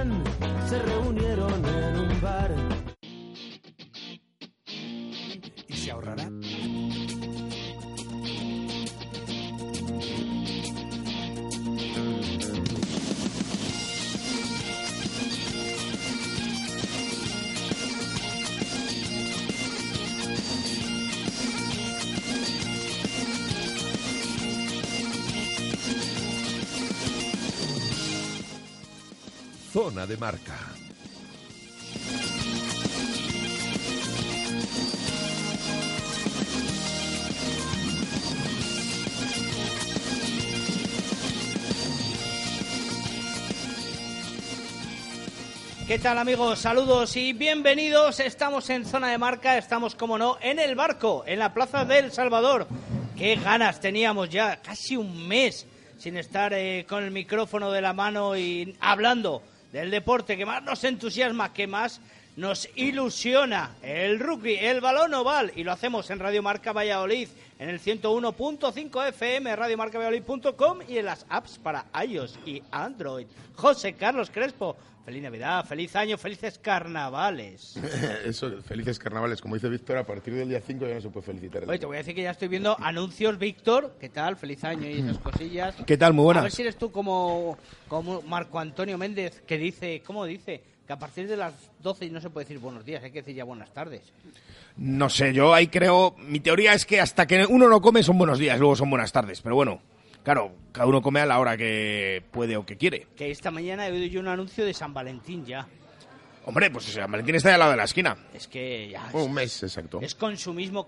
Milán se reunieron en un bar. ¿Y se ahorrará? Zona de Marca. ¿Qué tal, amigos? Saludos y bienvenidos. Estamos en Zona de Marca, estamos, como no, en el Barco, en la Plaza del Salvador. Qué ganas teníamos ya, casi un mes sin estar con el micrófono de la mano y hablando del deporte que más nos entusiasma, que más nos ilusiona, el rugby, el balón oval, y lo hacemos en Radio Marca Valladolid, en el 101.5 FM, radiomarcavalladolid.com y en las apps para iOS y Android. José Carlos Crespo, feliz Navidad, feliz año, felices carnavales. Eso, felices carnavales. Como dice Víctor, a partir del día 5 ya no se puede felicitar. Oye, te voy a decir que ya estoy viendo anuncios, Víctor. ¿Qué tal? Feliz año y esas cosillas. ¿Qué tal? Muy buenas. A ver si eres tú como Marco Antonio Méndez, que dice, ¿cómo dice? Que a partir de las 12 no se puede decir buenos días, hay que decir ya buenas tardes. No sé, yo ahí creo... Mi teoría es que hasta que uno no come son buenos días, luego son buenas tardes. Pero bueno, claro, cada uno come a la hora que puede o que quiere. Que esta mañana he oído yo un anuncio de San Valentín ya. Hombre, pues San Valentín está ahí al lado de la esquina. Es que ya... Un mes, exacto. Es consumismo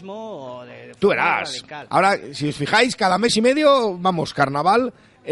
de Tú verás. Radical. Ahora, si os fijáis, cada mes y medio, vamos, carnaval,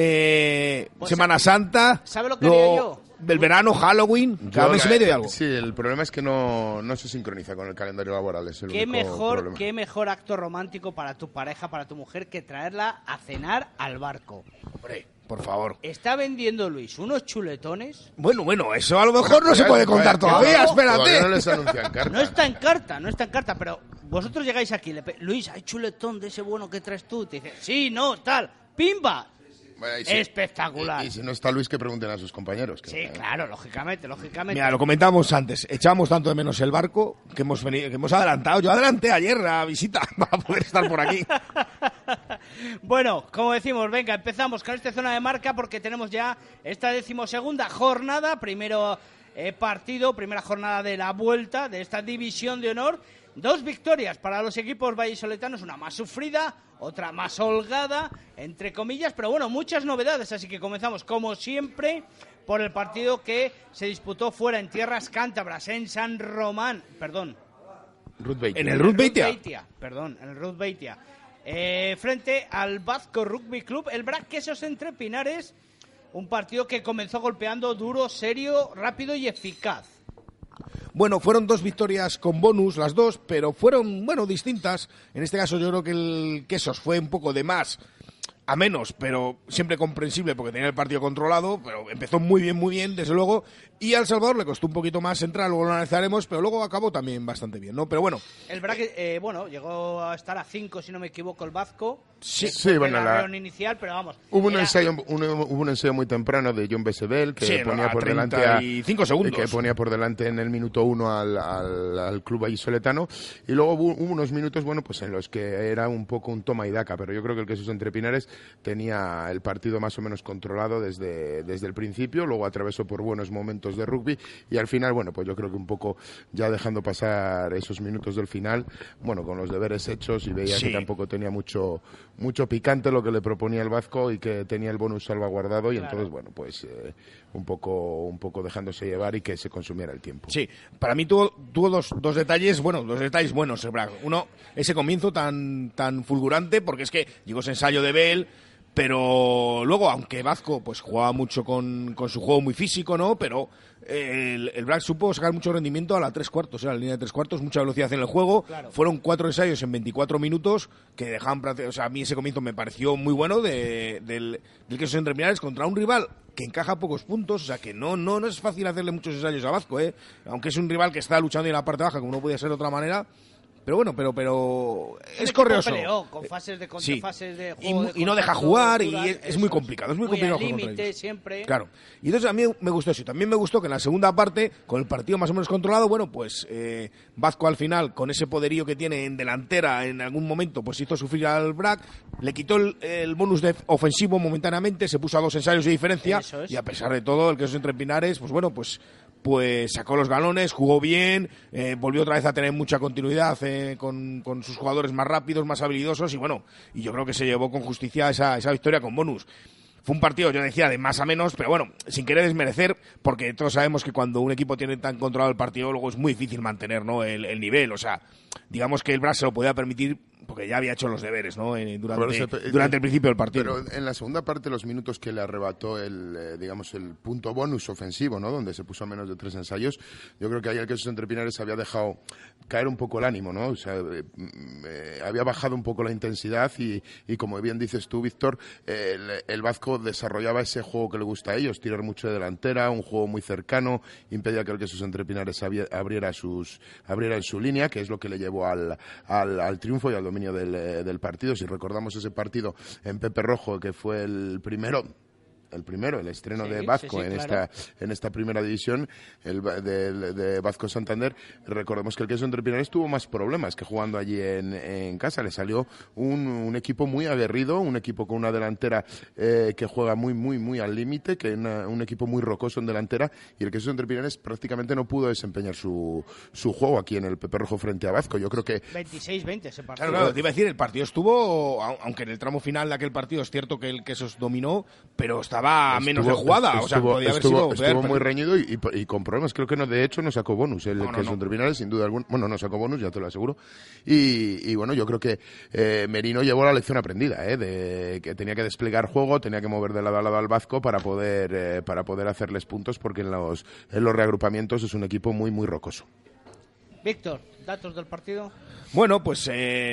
Pues, Semana Santa... ¿Sabe lo que haría yo? Del verano, Halloween, cada mes y medio y algo. Sí, el problema es que no se sincroniza con el calendario laboral. Es el único problema. ¿Qué mejor acto romántico para tu pareja, para tu mujer, que traerla a cenar al Barco? Hombre, por favor. Está vendiendo Luis unos chuletones. Bueno, eso a lo mejor no se puede contar todavía, espérate. Todavía no les anuncian carta. No está en carta, pero vosotros llegáis aquí, Luis, hay chuletón de ese bueno que traes tú. Te dice, sí, no, tal, ¡pimba! Bueno, Espectacular. Y si no está Luis, que pregunten a sus compañeros. Sí, claro, lógicamente. Mira, lo comentamos antes. Echamos tanto de menos el Barco que hemos adelantado. Yo adelanté ayer la visita para poder estar por aquí. Bueno, como decimos, venga, empezamos con esta Zona de Marca porque tenemos ya esta 12ª jornada. Primera jornada de la vuelta de esta división de honor. 2 victorias para los equipos vallisoletanos, una más sufrida, otra más holgada, entre comillas, pero bueno, muchas novedades, así que comenzamos como siempre por el partido que se disputó fuera en tierras cántabras, en San Román, en el Ruth Beitia, frente al Vasco Rugby Club, el Braquesos entre Pinares, un partido que comenzó golpeando duro, serio, rápido y eficaz. Bueno, fueron 2 victorias con bonus, las 2, pero fueron, distintas. En este caso yo creo que el Quesos fue un poco de más a menos, pero siempre comprensible porque tenía el partido controlado, pero empezó muy bien, desde luego, y al Salvador le costó un poquito más entrar, luego lo analizaremos, pero luego acabó también bastante bien, ¿no? Pero bueno. El bracket, llegó a estar a 5, si no me equivoco, el Vasco. Sí, bueno, la reunión inicial, pero vamos. Hubo un ensayo muy temprano de John Besebel que ponía por delante 35 segundos. Que ponía por delante en el minuto 1 al club vallisoletano, y luego hubo unos minutos, pues en los que era un poco un toma y daca, pero yo creo que el Quesos entre Pinares tenía el partido más o menos controlado desde el principio, luego atravesó por buenos momentos de rugby y al final, pues yo creo que un poco ya dejando pasar esos minutos del final, con los deberes hechos, y veía que tampoco tenía mucho picante lo que le proponía el Vasco y que tenía el bonus salvaguardado, y entonces, un poco dejándose llevar y que se consumiera el tiempo. Sí, para mí tuvo dos detalles buenos, el Braga. Uno, ese comienzo tan fulgurante, porque es que llegó ese ensayo de Bell, pero luego, aunque Vasco jugaba mucho con su juego muy físico, ¿no? Pero el Braga supo sacar mucho rendimiento a la 3/4, a la línea de 3/4, mucha velocidad en el juego. Claro. Fueron 4 ensayos en 24 minutos que dejaban, a mí ese comienzo me pareció muy bueno del Quesos entre Pinares contra un rival que encaja pocos puntos, que no es fácil hacerle muchos ensayos a Vasco, aunque es un rival que está luchando en la parte baja, como no podía ser de otra manera. Pero bueno, pero es El correoso. equipo peleó, con fases de contra, Sí. fases de juego Y no deja contacto, jugar duras, y es muy complicado. Es muy complicado al jugar contra límite ellos. siempre. Claro. Y entonces a mí me gustó eso. También me gustó que en la segunda parte, con el partido más o menos controlado, bueno, pues Vazco al final, con ese poderío que tiene en delantera, en algún momento, pues hizo sufrir al BRAC, le quitó el bonus ofensivo momentáneamente, se puso a 2 ensayos de diferencia, Eso es. y a pesar de todo, el Quesos Entre Pinares, pues bueno, pues sacó los galones, jugó bien, volvió otra vez a tener mucha continuidad con sus jugadores más rápidos, más habilidosos, y bueno, y yo creo que se llevó con justicia esa victoria con bonus. Fue un partido, yo decía, de más a menos, pero bueno, sin querer desmerecer, porque todos sabemos que cuando un equipo tiene tan controlado el partido, luego es muy difícil mantener, ¿no?, el nivel. O sea, digamos que el Braga se lo podía permitir porque ya había hecho los deberes, ¿no?, durante el principio del partido. Pero en la segunda parte, los minutos que le arrebató el punto bonus ofensivo, ¿no?, donde se puso a menos de 3 ensayos, yo creo que ahí el Quesos Entre Pinares había dejado caer un poco el ánimo, ¿no? O sea, había bajado un poco la intensidad y como bien dices tú, Víctor, el Vazco desarrollaba ese juego que le gusta a ellos, tirar mucho de delantera, un juego muy cercano, impedía que el Quesos Entre Pinares abriera en su línea, que es lo que le llevó al triunfo y al dominio del partido. Si recordamos ese partido en Pepe Rojo, que fue el estreno de Vazco en esta primera división de Vazco Santander, recordemos que el Quesos Entre Pinares tuvo más problemas que jugando allí en casa. Le salió un equipo muy aguerrido, un equipo con una delantera que juega muy, muy, muy al límite, que un equipo muy rocoso en delantera, y el Quesos Entre Pinares prácticamente no pudo desempeñar su juego aquí en el Pepe Rojo frente a Vazco. Yo creo que 26-20 ese partido. Claro, te iba a decir, el partido estuvo, aunque en el tramo final de aquel partido es cierto que el Quesos dominó, pero estaba menos de jugada, o sea, podía haber sido... Estuvo muy reñido y con problemas. Creo que de hecho no sacó bonus el Quesos Entre Pinares, sin duda alguna. Bueno, no sacó bonus, ya te lo aseguro. Y bueno, yo creo que Merino llevó la lección aprendida, de que tenía que desplegar juego, tenía que mover de lado a lado al Vazco para poder hacerles puntos, porque en los reagrupamientos es un equipo muy, muy rocoso. Víctor, datos del partido. Bueno, pues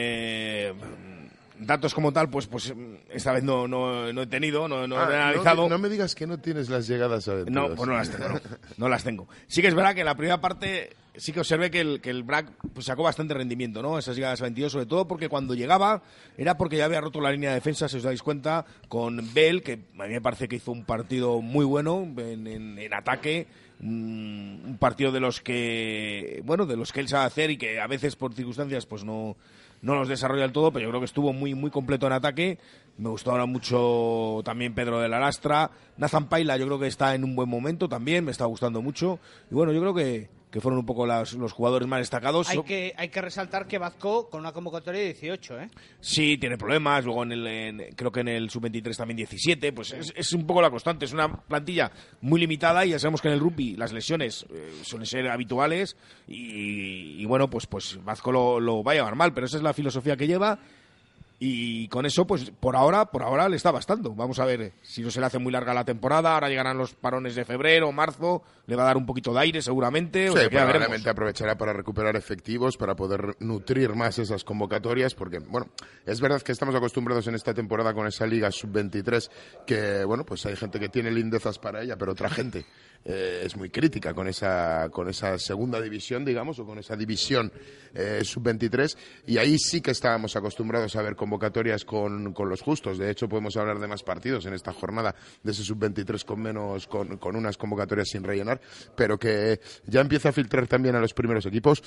datos como tal, pues esta vez no he tenido, no he analizado. No me digas que no tienes las llegadas a No, pues no las tengo, no las tengo. Sí que es verdad que en la primera parte sí que observé que el BRAC pues sacó bastante rendimiento, ¿no? Esas llegadas a 22, sobre todo porque cuando llegaba era porque ya había roto la línea de defensa, si os dais cuenta, con Bell, que a mí me parece que hizo un partido muy bueno en ataque. Un partido de los que él sabe hacer y que a veces por circunstancias pues no los desarrolla del todo, pero yo creo que estuvo muy, muy completo en ataque. Me gustó ahora mucho también Pedro de la Lastra. Nathan Paila yo creo que está en un buen momento también, me está gustando mucho. Y bueno, yo creo que fueron un poco los jugadores más destacados. Hay que resaltar que Vazco con una convocatoria de 18, ¿eh? Sí, tiene problemas. Luego creo que en el Sub-23 también 17. Pues es un poco la constante. Es una plantilla muy limitada y ya sabemos que en el rugby las lesiones suelen ser habituales. Y bueno, pues Vazco lo va a llevar mal, pero esa es la filosofía que lleva. Y con eso, pues por ahora le está bastando. Vamos a ver si no se le hace muy larga la temporada. Ahora llegarán los parones de febrero, marzo. Le va a dar un poquito de aire seguramente. Sí, probablemente aprovechará para recuperar efectivos, para poder nutrir más esas convocatorias, porque, bueno, es verdad que estamos acostumbrados en esta temporada con esa Liga Sub-23 que, bueno, pues hay gente que tiene lindezas para ella, pero otra gente es muy crítica con esa segunda división, digamos, o con esa división Sub-23, y ahí sí que estábamos acostumbrados a ver convocatorias con los justos. De hecho, podemos hablar de más partidos en esta jornada de ese Sub-23 con unas convocatorias sin rellenar, pero que ya empieza a filtrar también a los primeros equipos.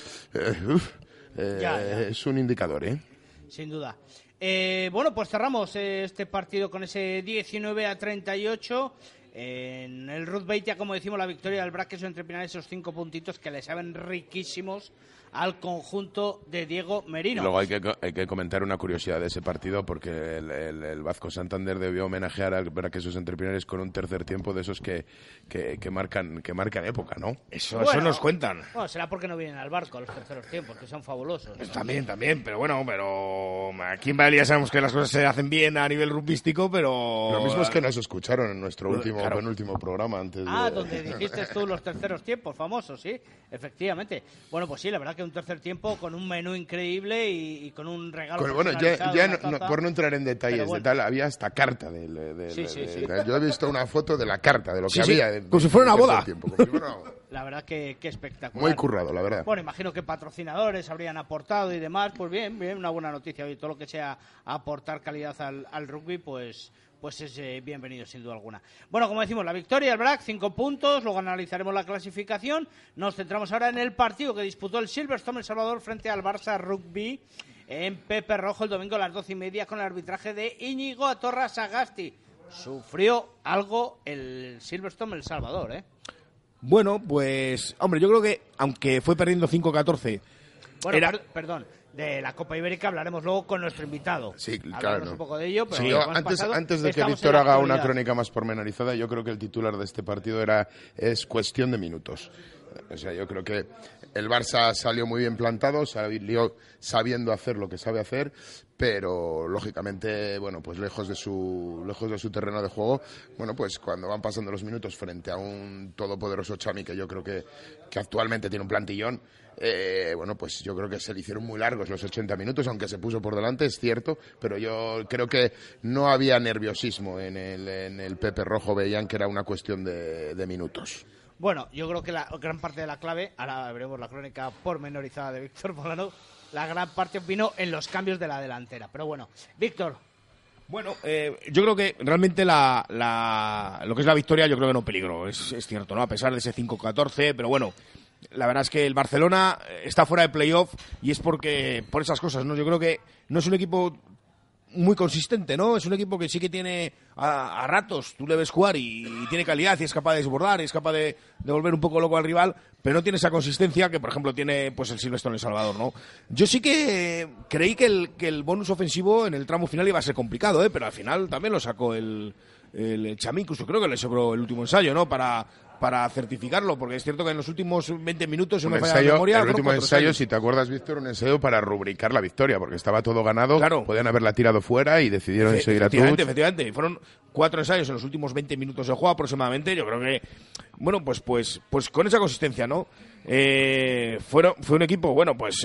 Es un indicador, Sin duda. Bueno, pues cerramos este partido con ese 19-38. En el Ruth Beitia, como decimos, la victoria del BRAC, Quesos Entre Pinares, esos 5 puntitos que le saben riquísimos al conjunto de Diego Merino. Y luego hay que comentar una curiosidad de ese partido, porque el Vazco Santander debió homenajear al BRAC Quesos Entre Pinares con un tercer tiempo de esos que marcan época, ¿no? Eso nos cuentan. Bueno, será porque no vienen al barco a los terceros tiempos, que son fabulosos. También, pero bueno, aquí en Valladolid ya sabemos que las cosas se hacen bien a nivel rugbyístico, pero... Lo mismo es que nos escucharon en nuestro último Claro. penúltimo programa antes donde dijiste tú los terceros tiempos famosos, sí, efectivamente. Bueno, pues sí, la verdad que un tercer tiempo con un menú increíble y con un regalo Bueno, personalizado, ya una taza. por no entrar en detalles Pero bueno. de tal, había hasta carta. Sí. Yo he visto una foto de la carta, de lo que Sí, había. como si fuera una boda. Como si fuera una boda. La verdad que espectacular. Muy currado, la verdad. Bueno, imagino que patrocinadores habrían aportado y demás. Pues bien, una buena noticia. Y todo lo que sea aportar calidad al rugby, pues es bienvenido sin duda alguna. Bueno, como decimos, la victoria del BRAC, 5 puntos. Luego analizaremos la clasificación. Nos centramos ahora en el partido que disputó el Silverstone El Salvador frente al Barça Rugby en Pepe Rojo el domingo a las 12:30 con el arbitraje de Íñigo Atorra Sagasti. Sufrió algo el Silverstone El Salvador, ¿eh? Bueno, pues, hombre, yo creo que, aunque fue perdiendo 5-14... Bueno, perdón, de la Copa Ibérica hablaremos luego con nuestro invitado. Sí, claro. Hablaremos un poco de ello, pero Sí, lo que hemos pasado, antes de que estamos Víctor en la haga una actualidad. crónica más pormenorizada, yo creo que el titular de este partido es cuestión de minutos. O sea, yo creo que el Barça salió muy bien plantado, salió sabiendo hacer lo que sabe hacer, pero lógicamente, bueno, pues lejos de su terreno de juego, bueno, pues cuando van pasando los minutos frente a un todopoderoso Chami, que yo creo que actualmente tiene un plantillón, bueno, pues yo creo que se le hicieron muy largos los 80 minutos, aunque se puso por delante, es cierto, pero yo creo que no había nerviosismo en el Pepe Rojo, veían que era una cuestión de minutos. Bueno, yo creo que la gran parte de la clave, ahora veremos la crónica pormenorizada de Víctor Molano, la gran parte vino en los cambios de la delantera. Pero bueno, Víctor. Bueno, yo creo que realmente lo que es la victoria yo creo que no peligró, es cierto, ¿no? A pesar de ese 5-14, pero bueno, la verdad es que el Barcelona está fuera de playoff y es por esas cosas, ¿no? Yo creo que no es un equipo muy consistente, ¿no? Es un equipo que sí que tiene a ratos, tú le ves jugar y tiene calidad y es capaz de desbordar, es capaz de volver un poco loco al rival, pero no tiene esa consistencia que, por ejemplo, tiene pues el Silverstone El Salvador, ¿no? Yo sí que creí que el bonus ofensivo en el tramo final iba a ser complicado, pero al final también lo sacó el Chami, incluso creo que le sobró el último ensayo, ¿no? Para certificarlo, porque es cierto que en los últimos 20 minutos, si no me falla la memoria, el último ensayo, si te acuerdas, Víctor, un ensayo para rubricar la victoria, porque estaba todo ganado, claro. Podían haberla tirado fuera y decidieron seguir a touch. Efectivamente, fueron 4 ensayos en los últimos 20 minutos de juego aproximadamente, yo creo que, bueno, pues con esa consistencia, ¿no? Fue un equipo, bueno, pues...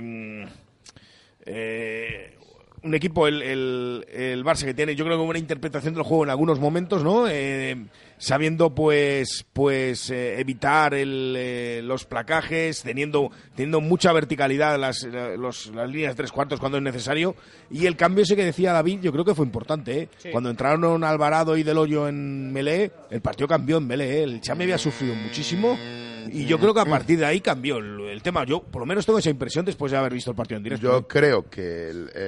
un equipo, el Barça, que tiene, yo creo que una interpretación del juego en algunos momentos, ¿no? Sabiendo, evitar los placajes, teniendo mucha verticalidad las líneas de 3/4 cuando es necesario. Y el cambio ese que decía David, yo creo que fue importante, ¿eh? Sí. Cuando entraron Alvarado y Del Hoyo en Melé, el partido cambió en Melé, ¿eh? El Chami había sufrido muchísimo. Y yo creo que a partir de ahí cambió el tema. Yo, por lo menos, tengo esa impresión después de haber visto el partido en directo. Yo creo que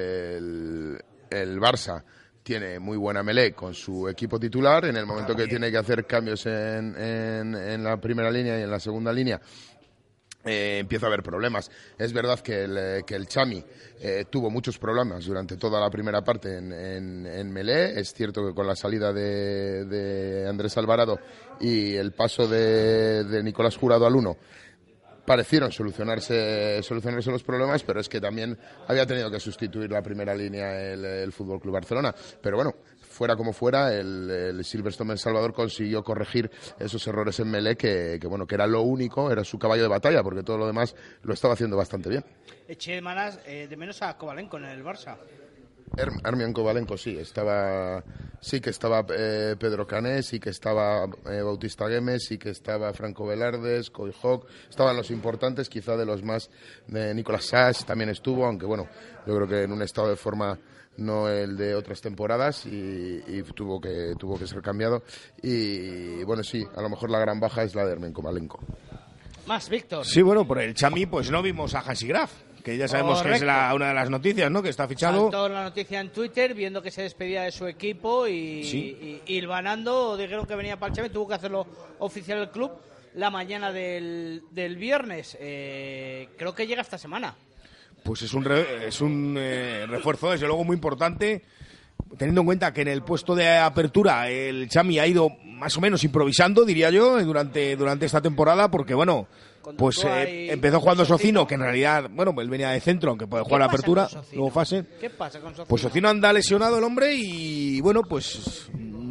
el Barça tiene muy buena melé con su equipo titular. En el momento que tiene que hacer cambios en la primera línea y en la segunda línea, empieza a haber problemas. Es verdad que el Chami tuvo muchos problemas durante toda la primera parte en melé. Es cierto que con la salida de Andrés Alvarado y el paso de Nicolás Jurado al 1 parecieron solucionarse los problemas, pero es que también había tenido que sustituir la primera línea el Fútbol Club Barcelona. Pero bueno, fuera como fuera, el Silverstone El Salvador consiguió corregir esos errores en melé que era lo único, era su caballo de batalla, porque todo lo demás lo estaba haciendo bastante bien. Eché de menos a Kovalenko en el Barça. Armian Kovalenko sí que estaba Pedro Cané, sí que estaba Bautista Guemes, sí que estaba Franco Velardes, Coijoc, estaban los importantes, quizá de los más, Nicolás Sass también estuvo, aunque bueno, yo creo que en un estado de forma no el de otras temporadas y tuvo que ser cambiado. Y bueno, sí, a lo mejor la gran baja es la de Armian Kovalenko. Más, Víctor. Sí, bueno, por el Chami pues no vimos a Hansi Graf, que ya sabemos Correcto. Que es una de las noticias, ¿no? Que está fichado. Saltó la noticia en Twitter viendo que se despedía de su equipo y hilvanando, dijeron que venía para el Chami, tuvo que hacerlo oficial el club la mañana del viernes. Creo que llega esta semana. Pues es un refuerzo, desde luego, muy importante, teniendo en cuenta que en el puesto de apertura el Chami ha ido más o menos improvisando, diría yo, durante esta temporada, porque bueno, pues empezó jugando Socino, que en realidad, bueno, él venía de centro, aunque puede jugar la apertura, luego fase. ¿Qué pasa con Socino? Pues Socino anda lesionado el hombre y bueno, pues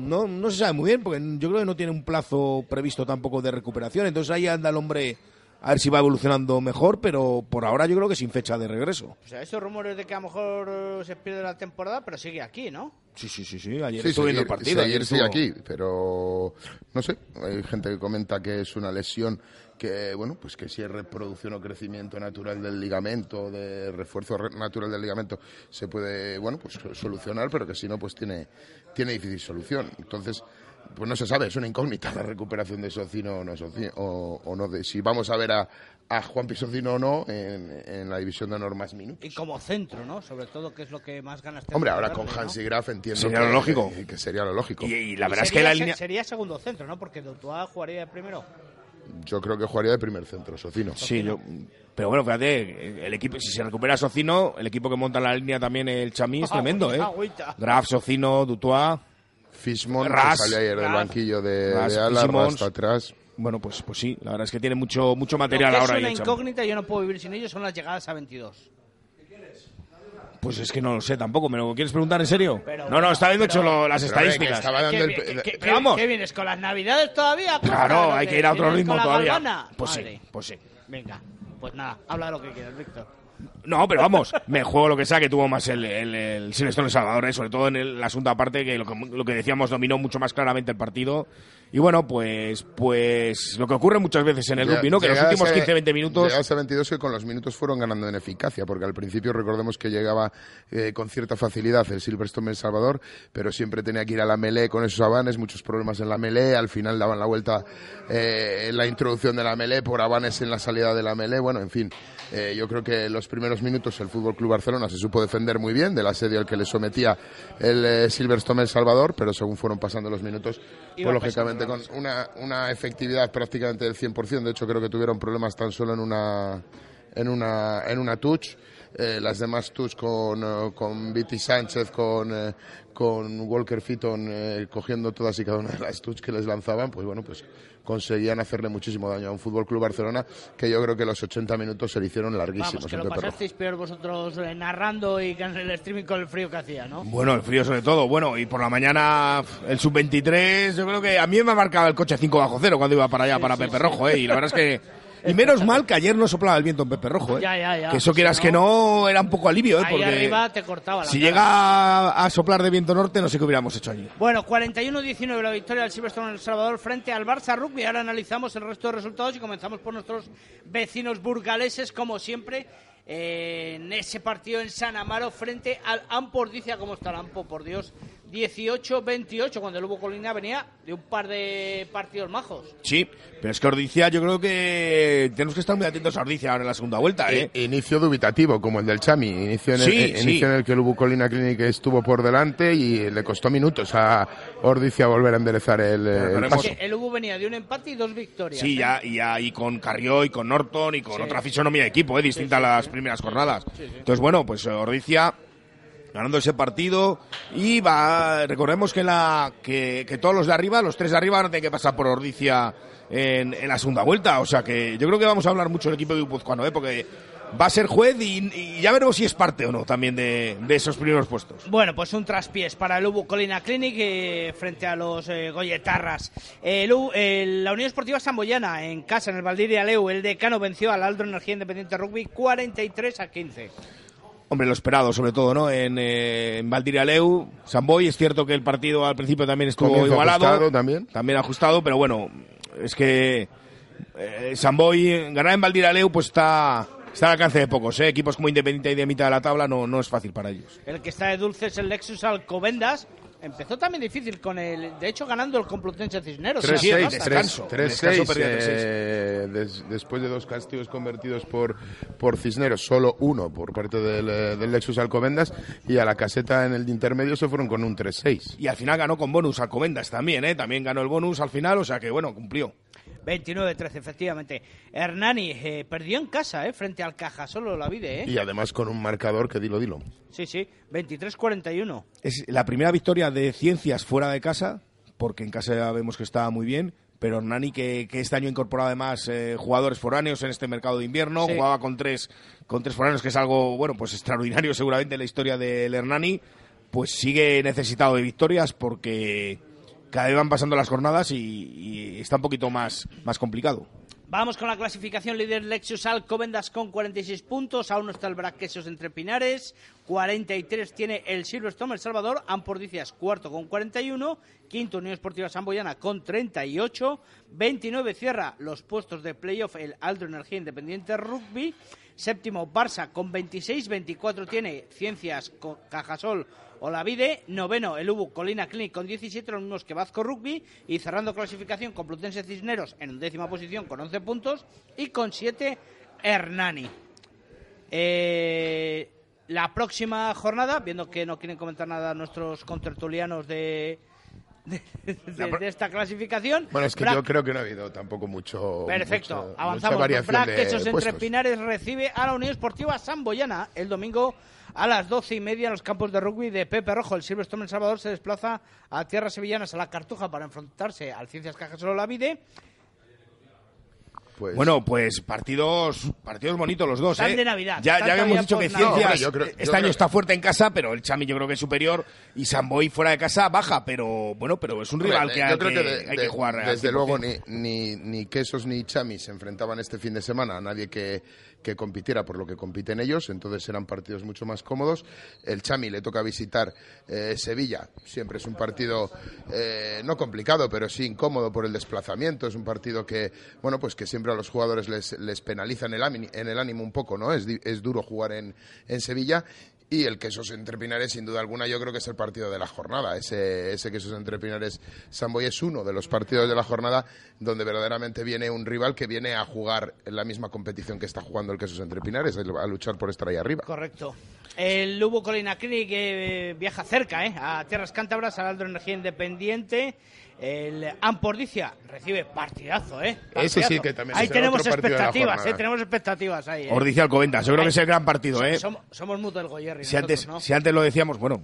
no se sabe muy bien, porque yo creo que no tiene un plazo previsto tampoco de recuperación. Entonces ahí anda el hombre a ver si va evolucionando mejor, pero por ahora yo creo que sin fecha de regreso. O sea, esos rumores de que a lo mejor se pierde la temporada, pero sigue aquí, ¿no? Sí. Ayer estuve viendo el partido. Ayer sigue aquí, pero no sé. Hay gente que comenta que es una lesión que, bueno, pues que si es reproducción o crecimiento natural del ligamento, de refuerzo natural del ligamento, se puede, bueno, pues solucionar, pero que si no, pues tiene difícil solución. Entonces, pues no se sabe, es una incógnita la recuperación de Socino o no, o no de si vamos a ver a Juanpi Socino o no en la división de honor más minutos. Y como centro, ¿no? Sobre todo, que es lo que más ganas tiene. Hombre, ahora con Hansi Graf entiendo sería lo lógico. Que sería lo lógico. Y la verdad es que la línea... Sería segundo centro, ¿no? Porque Dutoit jugaría de primero. Yo creo que jugaría de primer centro, Socino. Sí, pero bueno, fíjate, el equipo, si se recupera Socino, el equipo que monta la línea también, el Chamí, es tremendo, ¿eh? Graf, Socino, Dutoit... Fishmon, Ras, que sale ayer del banquillo de Ras, Alar, hasta atrás. Bueno, pues sí, la verdad es que tiene mucho material ahora. Lo que es una incógnita, yo no puedo vivir sin ellos, son las llegadas a 22. Pues es que no lo sé tampoco, ¿me lo quieres preguntar en serio? Pero, no, está viendo hecho las estadísticas. Estaba dando vamos. ¿Qué vienes con las navidades todavía? Claro, hay que ir a otro ritmo todavía. Pues sí. Venga, pues nada, habla lo que quieras, Víctor. No, pero vamos, me juego lo que sea, que tuvo más el Silvestre El Salvador, sobre todo en la segunda parte, que lo que decíamos, dominó mucho más claramente el partido. Y bueno, pues lo que ocurre muchas veces en el rugby, ¿no? Que los últimos 15-20 minutos... Llegadas a 22 que con los minutos fueron ganando en eficacia, porque al principio recordemos que llegaba con cierta facilidad el Silverstone El Salvador, pero siempre tenía que ir a la melee con esos avanes, muchos problemas en la melee, al final daban la vuelta en la introducción de la melee, por avanes en la salida de la melee, bueno, en fin, yo creo que los primeros minutos el Fútbol Club Barcelona se supo defender muy bien del asedio al que le sometía el Silverstone El Salvador, pero según fueron pasando los minutos, pues lógicamente con una efectividad prácticamente del 100%, de hecho creo que tuvieron problemas tan solo en una touch, las demás touch con Viti Sánchez, con Walker Fitton cogiendo todas y cada una de las touch que les lanzaban, pues bueno, pues conseguían hacerle muchísimo daño a un Fútbol Club Barcelona que yo creo que los 80 minutos se le hicieron larguísimos. Vamos, que lo pasasteis peor vosotros narrando y en el streaming con el frío que hacía, ¿no? Bueno, el frío sobre todo, bueno, y por la mañana el sub-23, yo creo que a mí me marcaba el coche 5 bajo cero cuando iba para allá, para Pepe Rojo, y la verdad es que... Y menos mal que ayer no soplaba el viento en Pepe Rojo, ¿eh? Ya. Que eso quieras que no, era un poco alivio, ¿eh? Ahí porque arriba te cortaba la si cara. Llega a soplar de viento norte, no sé qué hubiéramos hecho allí. Bueno, 41-19 la victoria del Silverstone El Salvador frente al Barça Rugby. Ahora analizamos el resto de resultados y comenzamos por nuestros vecinos burgaleses, como siempre, en ese partido en San Amaro frente al Ampo Ordizia. ¿Cómo está el Ampo? Por Dios, 18-28, cuando el Lugo Colina venía de un par de partidos majos. Sí, pero es que Ordizia, yo creo que tenemos que estar muy atentos a Ordizia ahora en la segunda vuelta, ¿eh? Inicio dubitativo, como el del Chami, inicio en el que el Lugo Colina Clinic estuvo por delante y le costó minutos a Ordizia volver a enderezar el paso. El Lugo venía de un empate y 2 victorias. Sí, y con Carrió y con Norton y con otra fisonomía de equipo, distinta a las primeras jornadas. Sí. Entonces, bueno, pues Ordizia ganando ese partido y recordemos que todos los de arriba, los 3 de arriba, no tienen que pasar por Ordizia en la segunda vuelta, o sea que yo creo que vamos a hablar mucho del equipo guipuzcoano, porque va a ser juez y ya veremos si es parte o no también de esos primeros puestos. Bueno, pues un traspiés para el Lugo Colina Clinic frente a los Goyetarras. La Unión Esportiva Samboyana en casa, en el Valdiria Leu, el Decano venció al Aldro Energía Independiente Rugby 43-15. Hombre, lo esperado, sobre todo, ¿no? En Valdiria Leu, Samboy, es cierto que el partido al principio también estuvo igualado. También ajustado, pero bueno, es que Samboy, ganar en Valdiria Leu, pues está al alcance de pocos, ¿eh? Equipos como Independiente y de mitad de la tabla no es fácil para ellos. El que está de dulce es el Lexus Alcobendas. Empezó también difícil de hecho ganando el Complutense Cisneros. 3-6, después de 2 castigos convertidos por Cisneros, solo uno por parte del Lexus Alcobendas, y a la caseta en el intermedio se fueron con un 3-6. Y al final ganó con bonus Alcobendas también, también ganó el bonus al final, o sea que bueno, cumplió. 29-13, efectivamente. Hernani perdió en casa, frente al Cajasol Olavide, Y además con un marcador que dilo. Sí, 23-41. Es la primera victoria de Ciencias fuera de casa, porque en casa ya vemos que estaba muy bien, pero Hernani que este año ha incorporado además jugadores foráneos en este mercado de invierno, jugaba con tres foráneos, que es algo, bueno, pues extraordinario seguramente en la historia del Hernani, pues sigue necesitado de victorias porque cada vez van pasando las jornadas y está un poquito más complicado. Vamos con la clasificación. Líder Lexus Alcobendas con 46 puntos. Aún no está el Braquesos Entre Pinares. 43 tiene el Silverstone El Salvador. Ampordicias cuarto con 41. Quinto Unión Esportiva Samboyana con 38. 29 cierra los puestos de playoff el Aldro Energía Independiente Rugby. Séptimo Barça con 26. 24 tiene Ciencias Cajasol Olavide. Noveno el UBU Colina Clinic con 17, los mismos que Vazco Rugby. Y cerrando clasificación Complutense Cisneros en décima posición con 11 puntos. Y con 7 Hernani. La próxima jornada, viendo que no quieren comentar nada nuestros contertulianos de esta clasificación. Bueno, es que yo creo que no ha habido tampoco mucho. Perfecto, avanzamos. Braquesos Entre Pinares recibe a la Unión Esportiva Samboyana el domingo a las 12:30 en los campos de rugby de Pepe Rojo. El Silverstone El Salvador se desplaza a tierras sevillanas, a la Cartuja, para enfrentarse al Ciencias Cajasol Olavide. Pues... Bueno, pues partidos bonitos los dos, Están de Navidad. Ya habíamos dicho que Ciencias yo año está fuerte en casa, pero el Chami yo creo que es superior y Samboy fuera de casa baja, pero bueno, pero es un rival que hay que jugar. Desde luego ni Quesos ni Chami se enfrentaban este fin de semana a nadie que compitiera por lo que compiten ellos, entonces eran partidos mucho más cómodos. El Chami le toca visitar Sevilla, siempre es un partido no complicado, pero sí incómodo por el desplazamiento, es un partido que, bueno, pues que siempre a los jugadores les penaliza en el ánimo un poco, ¿no? Es duro jugar en Sevilla. Y el Quesos Entre Pinares, sin duda alguna, yo creo que es el partido de la jornada. Ese Quesos Entre Pinares Samboy es uno de los partidos de la jornada donde verdaderamente viene un rival que viene a jugar en la misma competición que está jugando el Quesos Entre Pinares, a luchar por estar ahí arriba. Correcto. El Lubo Colina Clinic viaja cerca, a tierras cántabras, al Aldro Energía Independiente. El Ampordicia recibe partidazo, partidazo. Ese sí que también ahí es tenemos otro partido expectativas, de la tenemos expectativas ahí. Ordicia Alcobendas, yo creo que es el gran partido, Somos mutuo el Goyerri. Si antes lo decíamos, bueno,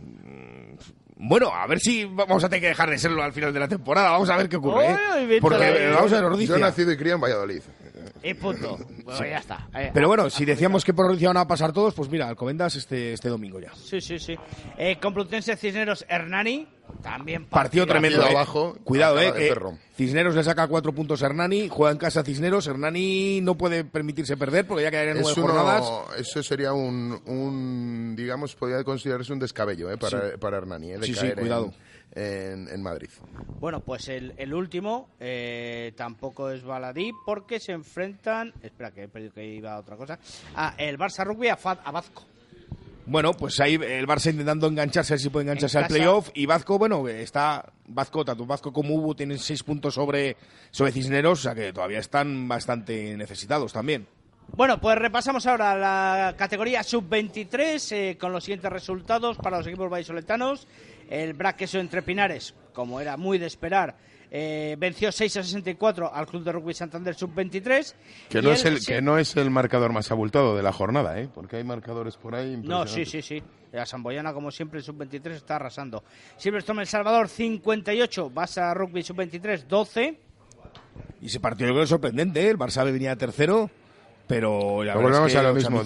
a ver si vamos a tener que dejar de serlo al final de la temporada. Vamos a ver qué ocurre, porque vamos a ver Ordicia. Yo he nacido y criado en Valladolid. Y punto. Bueno, ya está. Pero bueno, si decíamos que por Ordicia van a pasar todos, pues mira, Alcobendas este domingo ya. Sí. Complutense Cisneros Hernani, también partido tremendo. Abajo, cuidado, que Cisneros le saca 4 puntos a Hernani, juega en casa Cisneros. Hernani no puede permitirse perder porque ya quedarían 9 jornadas. Eso sería digamos, podría considerarse un descabello para Hernani, de caer cuidado. En Madrid. Bueno, pues el último tampoco es baladí porque se enfrentan... Espera, que he perdido que iba a otra cosa. El Barça Rugby a Vazco. Bueno, pues ahí el Barça intentando engancharse, a ver si puede engancharse al playoff. Y Vazco, tanto Vazco como Ubu tienen 6 puntos sobre Cisneros, o sea que todavía están bastante necesitados también. Bueno, pues repasamos ahora la categoría sub-23 con los siguientes resultados para los equipos vallisoletanos. El Braquesos Entre Pinares, como era muy de esperar, venció 6-64 al Club de Rugby Santander sub-23. Que no es el marcador más abultado de la jornada, porque hay marcadores por ahí. No, sí. La Samboyana, como siempre, el sub-23 está arrasando. Silverstone El Salvador 58, Barça Rugby sub-23 12. Y ese partido yo creo que es sorprendente, el Barça venía tercero. Pero la verdad es que a lo mismo,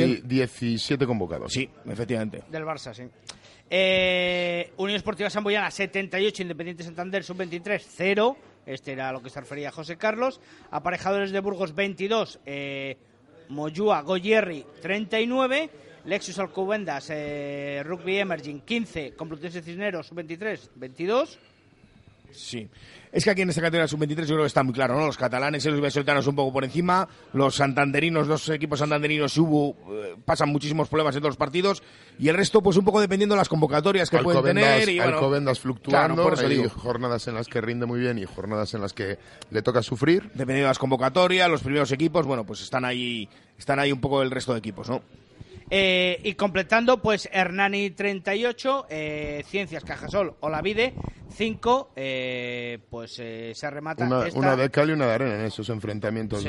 17 convocados. Sí, efectivamente. Del Barça, sí. Unión Esportiva Samboyana 78, Independiente Santander sub-23 0. Este era a lo que se refería José Carlos. Aparejadores de Burgos 22, Moyúa Goyerri 39, Lexus Alcobendas Rugby Emerging 15, Complutense Cisneros sub-23 22. Sí. Es que aquí en esta categoría sub-23 yo creo que está muy claro, ¿no? Los catalanes y los vallisoletanos un poco por encima, los santanderinos, dos equipos santanderinos pasan muchísimos problemas en todos los partidos y el resto pues un poco dependiendo de las convocatorias que pueden tener. Y bueno, Alcobendas fluctuando, claro, por eso hay jornadas en las que rinde muy bien y jornadas en las que le toca sufrir. Dependiendo de las convocatorias, los primeros equipos, bueno, pues están ahí un poco el resto de equipos, ¿no? Y completando, pues Hernani 38, Ciencias Cajasol Olavide 5, pues se remata una de cal y una de arena en esos enfrentamientos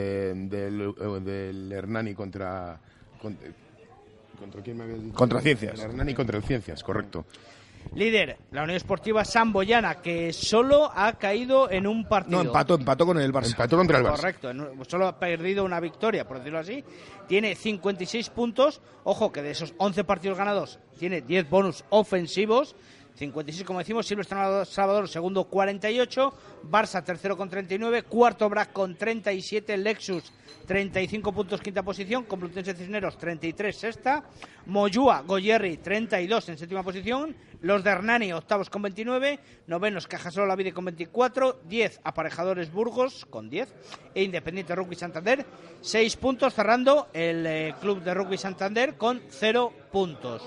del Hernani contra quién me habías dicho? Contra Ciencias. El Hernani contra el Ciencias, correcto. Líder, la Unión Esportiva Samboyana, que solo ha caído en un partido. No, empató con el Barça. Empató contra el Barça. Correcto, solo ha perdido una victoria, por decirlo así. Tiene 56 puntos. Ojo, que de esos 11 partidos ganados, tiene 10 bonus ofensivos. 56, como decimos. Silvestre Salvador, segundo, 48. Barça, tercero, con 39. Cuarto, Brac, con 37. Lexus, 35 puntos, quinta posición. Complutense Cisneros, 33, sexta. Moyúa, Goyerri, 32 en séptima posición. Los de Hernani, octavos, con 29. Novenos, Cajasol Olavide, con 24. 10, Aparejadores Burgos, con 10. E Independiente Rugby Santander, 6 puntos, cerrando el Club de Rugby Santander con 0 puntos.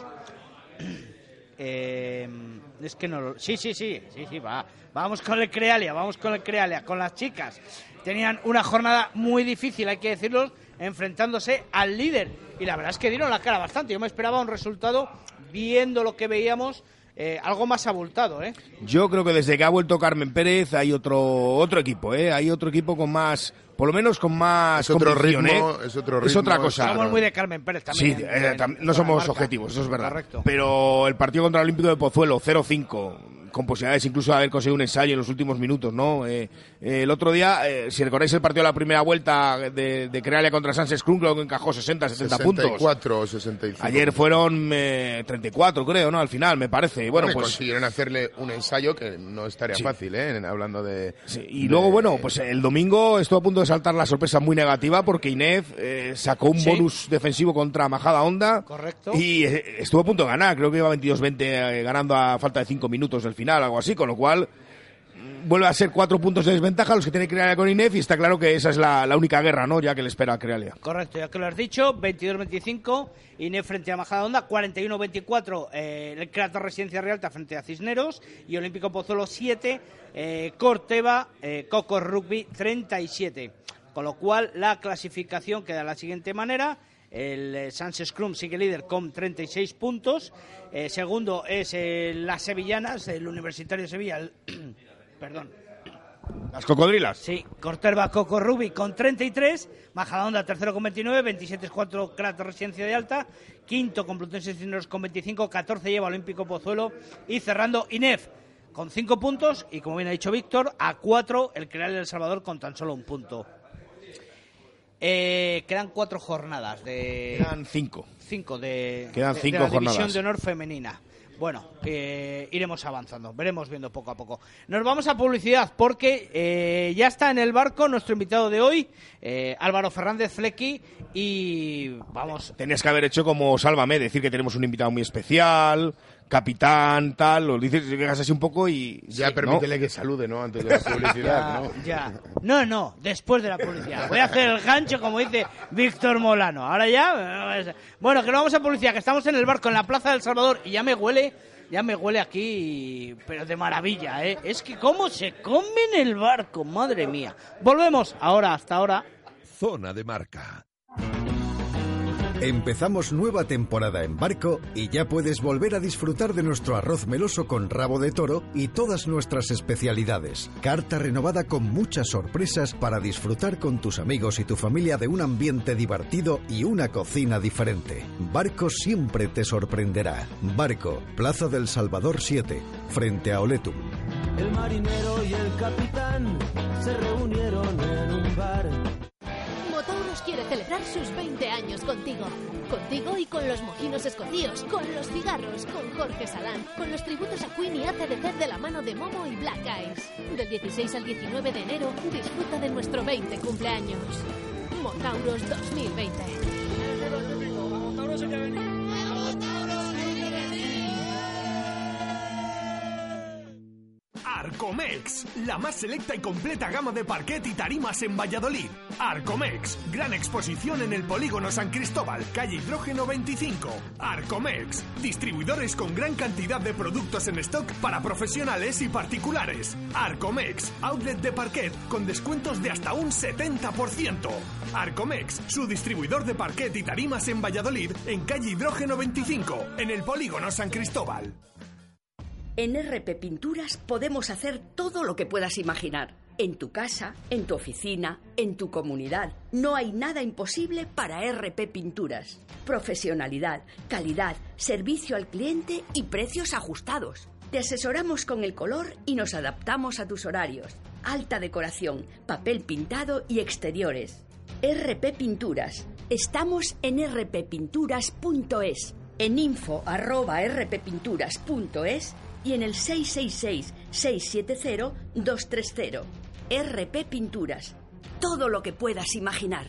Es que no... Sí, vamos con el Crealia, con las chicas. Tenían una jornada muy difícil, hay que decirlo, enfrentándose al líder. Y la verdad es que dieron la cara bastante. Yo me esperaba un resultado, viendo lo que veíamos, algo más abultado, ¿eh? Yo creo que desde que ha vuelto Carmen Pérez hay otro equipo, ¿eh? Hay otro equipo con más... Por lo menos con más... Es otro ritmo, es otra cosa. Somos muy de Carmen Pérez también. Sí, no somos objetivos, eso es verdad. Correcto. Pero el partido contra el Olímpico de Pozuelo, 0-5, con posibilidades incluso de haber conseguido un ensayo en los últimos minutos, ¿no? El otro día, si recordáis el partido de la primera vuelta de Crealia contra Sánchez Cruz, creo que encajó 60 puntos. 64 o 65. Ayer fueron 34, creo, ¿no? Al final, me parece. Bueno, pues consiguieron hacerle un ensayo que no estaría fácil, hablando de... Sí, y luego, bueno, pues el domingo estuvo a punto de saltar la sorpresa muy negativa porque Inés sacó un bonus defensivo contra Majada Honda. Correcto. Y estuvo a punto de ganar, creo que iba 22-20 ganando a falta de 5 minutos del final, algo así, con lo cual vuelve a ser 4 puntos de desventaja los que tiene Crealia con Inef, y está claro que esa es la única guerra, ¿no?, ya que le espera a Crealia. Correcto, ya que lo has dicho, 22-25 Inef frente a Majadahonda, 41-24 el Cráter Residencia Rialta frente a Cisneros, y Olímpico Pozuelo 7, Corteva, Coco Rugby 37, con lo cual la clasificación queda de la siguiente manera. El Sánchez Cruz sigue líder con 36 puntos. Segundo es las Sevillanas, el Universitario de Sevilla. Perdón. Las Cocodrilas. Sí, Corterba Coco Rugby con 33. Majadahonda tercero con 29. 27-4 Cráter Residencia de Alta. Quinto Complutense Cisneros con 25. 14 lleva Olímpico Pozuelo. Y cerrando Inef con 5 puntos. Y como bien ha dicho Víctor, a 4 el Crealia del Salvador con tan solo 1 punto. Quedan 4 jornadas de... Quedan 5. Quedan 5 de la jornadas. División de honor femenina. Bueno, iremos avanzando, veremos viendo poco a poco. Nos vamos a publicidad porque ya está en el barco nuestro invitado de hoy, Álvaro Fernández Flequi, y vamos... Tenías que haber hecho como Sálvame, decir que tenemos un invitado muy especial, capitán, tal, lo dices, llegas así un poco y... Ya sí, permítele, ¿no?, que salude, ¿no?, antes de la publicidad, ¿no? Ya. No, después de la publicidad. Voy a hacer el gancho, como dice Víctor Molano. Ahora ya... Bueno, que no vamos a publicidad, que estamos en el barco, en la Plaza del Salvador, y ya me huele aquí, pero de maravilla, ¿eh? Es que cómo se come en el barco, madre mía. Volvemos hasta ahora. Zona de Marca. Empezamos nueva temporada en barco y ya puedes volver a disfrutar de nuestro arroz meloso con rabo de toro y todas nuestras especialidades. Carta renovada con muchas sorpresas para disfrutar con tus amigos y tu familia de un ambiente divertido y una cocina diferente. Barco siempre te sorprenderá. Barco, Plaza del Salvador 7, frente a Oletum. El marinero y el capitán se reunieron en un bar. Motauros quiere celebrar sus 20 años contigo. Contigo y con los mojinos escocíos, con los cigarros, con Jorge Salán, con los tributos a Queen y ACDC de la mano de Momo y Black Eyes. Del 16 al 19 de enero, disfruta de nuestro 20 cumpleaños. Motauros 2020. Arcomex, la más selecta y completa gama de parquet y tarimas en Valladolid. Arcomex, gran exposición en el Polígono San Cristóbal, calle Hidrógeno 25. Arcomex, distribuidores con gran cantidad de productos en stock para profesionales y particulares. Arcomex, outlet de parquet con descuentos de hasta un 70%. Arcomex, su distribuidor de parquet y tarimas en Valladolid, en calle Hidrógeno 25, en el Polígono San Cristóbal. En RP Pinturas podemos hacer todo lo que puedas imaginar. En tu casa, en tu oficina, en tu comunidad. No hay nada imposible para RP Pinturas. Profesionalidad, calidad, servicio al cliente y precios ajustados. Te asesoramos con el color y nos adaptamos a tus horarios. Alta decoración, papel pintado y exteriores. RP Pinturas. Estamos en rppinturas.es, en info@rppinturas.es y en el 666-670-230. RP Pinturas. Todo lo que puedas imaginar.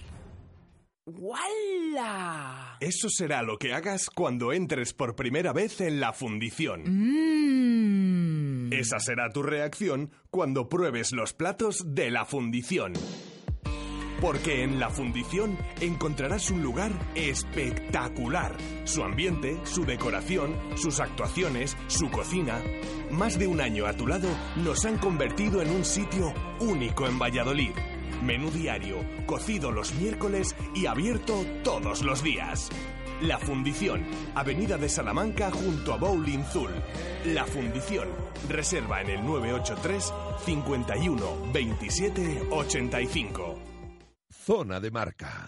¡Wala! Eso será lo que hagas cuando entres por primera vez en la fundición. Esa será tu reacción cuando pruebes los platos de la fundición. Porque en la fundición encontrarás un lugar espectacular. Su ambiente, su decoración, sus actuaciones, su cocina. Más de un año a tu lado nos han convertido en un sitio único en Valladolid. Menú diario, cocido los miércoles y abierto todos los días. La Fundición, Avenida de Salamanca junto a Bowling Zul. La Fundición, reserva en el 983 51 27 85. Zona de Marca.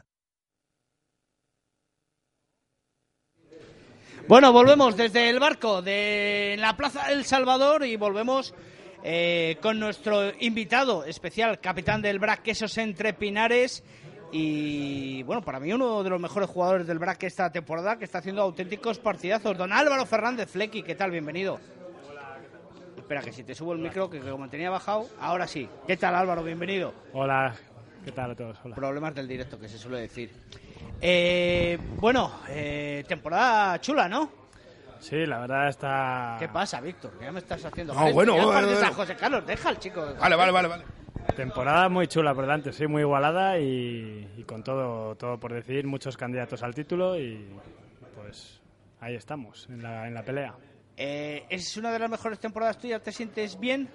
Bueno, volvemos desde el barco de la Plaza del Salvador y volvemos con nuestro invitado especial, capitán del BRAC Quesos Entre Pinares y, bueno, para mí uno de los mejores jugadores del BRAC esta temporada, que está haciendo auténticos partidazos, don Álvaro Fernández Flequi. ¿Qué tal? Bienvenido. Espera, que si te subo el micro, que como tenía bajado, ahora sí. ¿Qué tal, Álvaro? Bienvenido. Hola, ¿qué tal a todos? Hola. Problemas del directo, que se suele decir. Temporada chula, ¿no? Sí, la verdad está... ¿Qué pasa, Víctor? ¿Qué me estás haciendo? No, bueno. José Carlos, deja al chico. Vale. Temporada muy chula por delante, sí, muy igualada y con todo por decidir, muchos candidatos al título y pues ahí estamos, en la pelea. ¿Es una de las mejores temporadas tuyas? ¿Te sientes bien?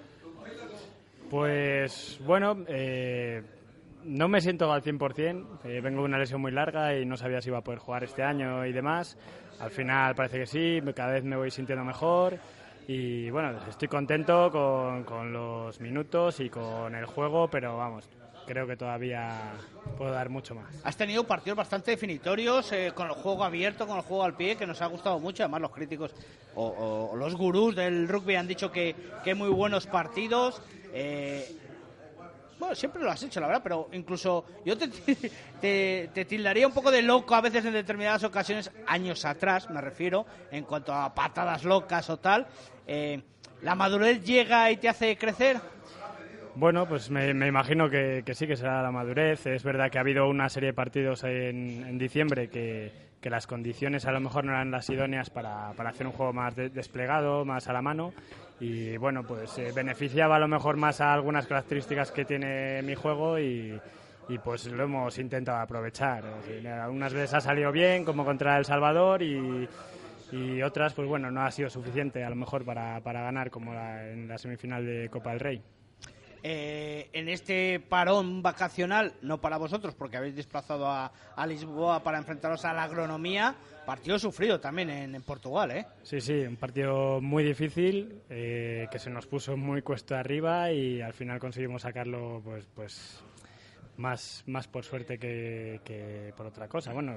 Pues bueno, no me siento al 100%, vengo de una lesión muy larga y no sabía si iba a poder jugar este año y demás. Al final parece que sí, cada vez me voy sintiendo mejor y bueno, estoy contento con los minutos y con el juego, pero vamos, creo que todavía puedo dar mucho más. Has tenido partidos bastante definitorios, con el juego abierto, con el juego al pie, que nos ha gustado mucho. Además, los críticos o los gurús del rugby han dicho que muy buenos partidos. Bueno, siempre lo has hecho, la verdad, pero incluso yo te tildaría un poco de loco a veces en determinadas ocasiones, años atrás me refiero, en cuanto a patadas locas o tal. ¿La madurez llega y te hace crecer? Bueno, pues me imagino que sí, que será la madurez. Es verdad que ha habido una serie de partidos en diciembre que las condiciones a lo mejor no eran las idóneas para hacer un juego más desplegado, más a la mano. Y bueno, pues beneficiaba a lo mejor más a algunas características que tiene mi juego y pues lo hemos intentado aprovechar. Algunas veces ha salido bien, como contra El Salvador, y otras, pues bueno, no ha sido suficiente a lo mejor para ganar, como en la semifinal de Copa del Rey. En este parón vacacional, no para vosotros, porque habéis desplazado a Lisboa para enfrentaros a la agronomía, partido sufrido también en Portugal, ¿eh? Sí, un partido muy difícil, que se nos puso muy cuesta arriba y al final conseguimos sacarlo pues más por suerte que por otra cosa. Bueno,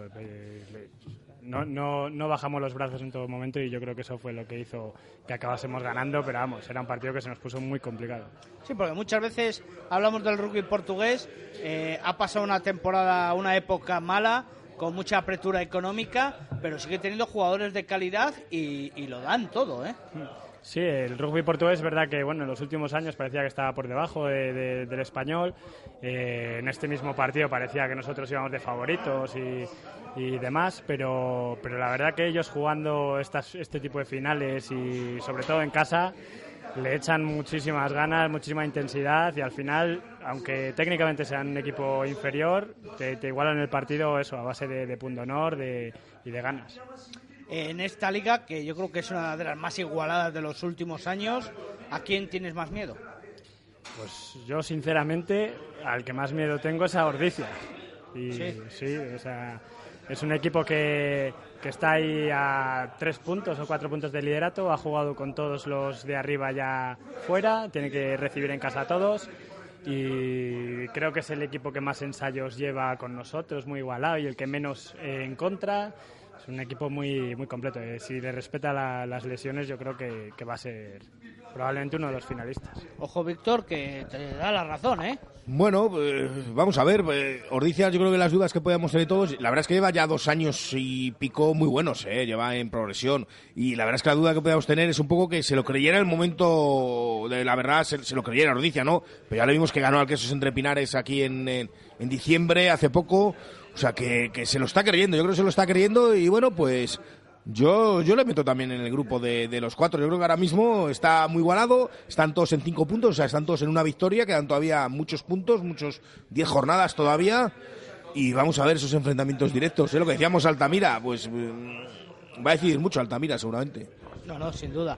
no bajamos los brazos en todo momento y yo creo que eso fue lo que hizo que acabásemos ganando, pero vamos, era un partido que se nos puso muy complicado. Sí, porque muchas veces hablamos del rugby portugués, ha pasado una temporada, una época mala, con mucha apertura económica, pero sigue teniendo jugadores de calidad y lo dan todo, ¿eh? Sí, el rugby portugués es verdad que bueno, en los últimos años parecía que estaba por debajo del español. En este mismo partido parecía que nosotros íbamos de favoritos y demás, pero la verdad que ellos jugando este tipo de finales y sobre todo en casa le echan muchísimas ganas, muchísima intensidad y al final, aunque técnicamente sean un equipo inferior, te igualan el partido eso a base de punto honor y de ganas. En esta liga, que yo creo que es una de las más igualadas de los últimos años, ¿a quién tienes más miedo? Pues yo sinceramente al que más miedo tengo es a Ordizia. Y sí, o sea, es un equipo que está ahí a 3 puntos o 4 puntos de liderato, ha jugado con todos los de arriba ya fuera, tiene que recibir en casa a todos y creo que es el equipo que más ensayos lleva con nosotros, muy igualado y el que menos en contra. Es un equipo muy, muy completo. Si le respeta las lesiones, yo creo que va a ser probablemente uno de los finalistas. Ojo, Víctor, que te da la razón, ¿eh? Bueno, vamos a ver. Ordizia, yo creo que las dudas que podíamos tener todos, la verdad es que lleva ya 2 años y pico muy buenos, lleva en progresión. Y la verdad es que la duda que podíamos tener es un poco que se lo creyera en el momento de la verdad, se lo creyera Ordizia, ¿no? Pero ya le vimos que ganó al Quesos Entre Pinares aquí en diciembre, hace poco. O sea, que se lo está creyendo, yo creo que se lo está creyendo y bueno, pues yo le meto también en el grupo de los 4. Yo creo que ahora mismo está muy igualado, están todos en 5 puntos, o sea, están todos en una victoria, quedan todavía muchos puntos, 10 jornadas todavía y vamos a ver esos enfrentamientos directos. Lo que decíamos Altamira, pues va a decidir mucho Altamira seguramente. No, sin duda.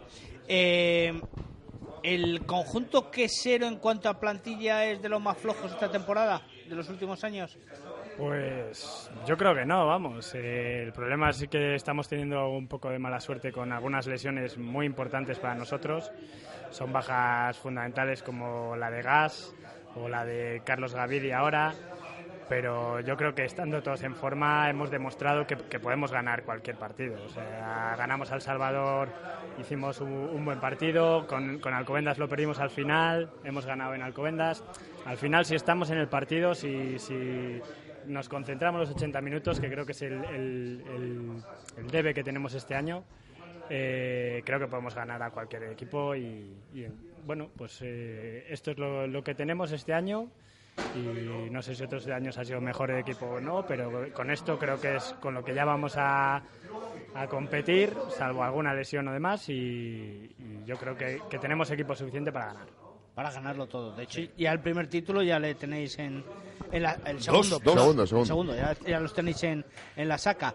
¿El conjunto quesero en cuanto a plantilla es de los más flojos esta temporada, de los últimos años? Pues yo creo que no, vamos. El problema es que estamos teniendo un poco de mala suerte con algunas lesiones muy importantes para nosotros. Son bajas fundamentales como la de Gas o la de Carlos Gaviri ahora. Pero yo creo que estando todos en forma hemos demostrado que podemos ganar cualquier partido. O sea, ganamos al Salvador, hicimos un buen partido, con Alcobendas lo perdimos al final, hemos ganado en Alcobendas. Al final, si estamos en el partido, si nos concentramos los 80 minutos, que creo que es el debe que tenemos este año, creo que podemos ganar a cualquier equipo y bueno, pues esto es lo que tenemos este año. Y no sé si otros años ha sido mejor el equipo o no, pero con esto creo que es con lo que ya vamos a competir, salvo alguna lesión o demás, y yo creo que tenemos equipo suficiente para ganar. Para ganarlo todo, de hecho. Y al primer título ya le tenéis en el segundo. Ya los tenéis en la saca.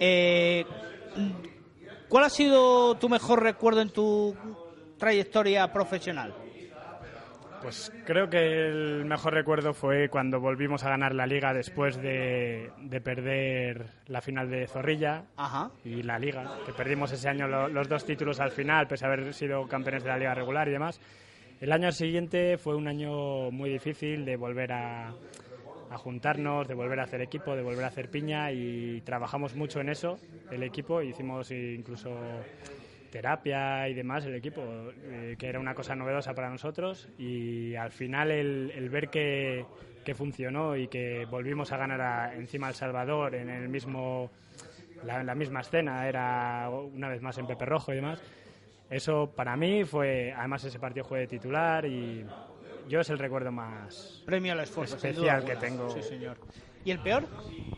¿Cuál ha sido tu mejor recuerdo en tu trayectoria profesional? Pues creo que el mejor recuerdo fue cuando volvimos a ganar la Liga después de perder la final de Zorrilla. Ajá. Y la Liga, que perdimos ese año los 2 títulos al final, pese a haber sido campeones de la Liga regular y demás. El año siguiente fue un año muy difícil de volver a juntarnos, de volver a hacer equipo, de volver a hacer piña y trabajamos mucho en eso, el equipo, hicimos incluso terapia y demás, el equipo, que era una cosa novedosa para nosotros y al final el ver que funcionó y que volvimos a ganar encima El Salvador en el mismo la misma escena, era una vez más en Pepe Rojo y demás, eso para mí fue, además ese partido jugué de titular y yo es el recuerdo más premio al esfuerzo especial que tengo. Sí, señor. ¿Y el peor?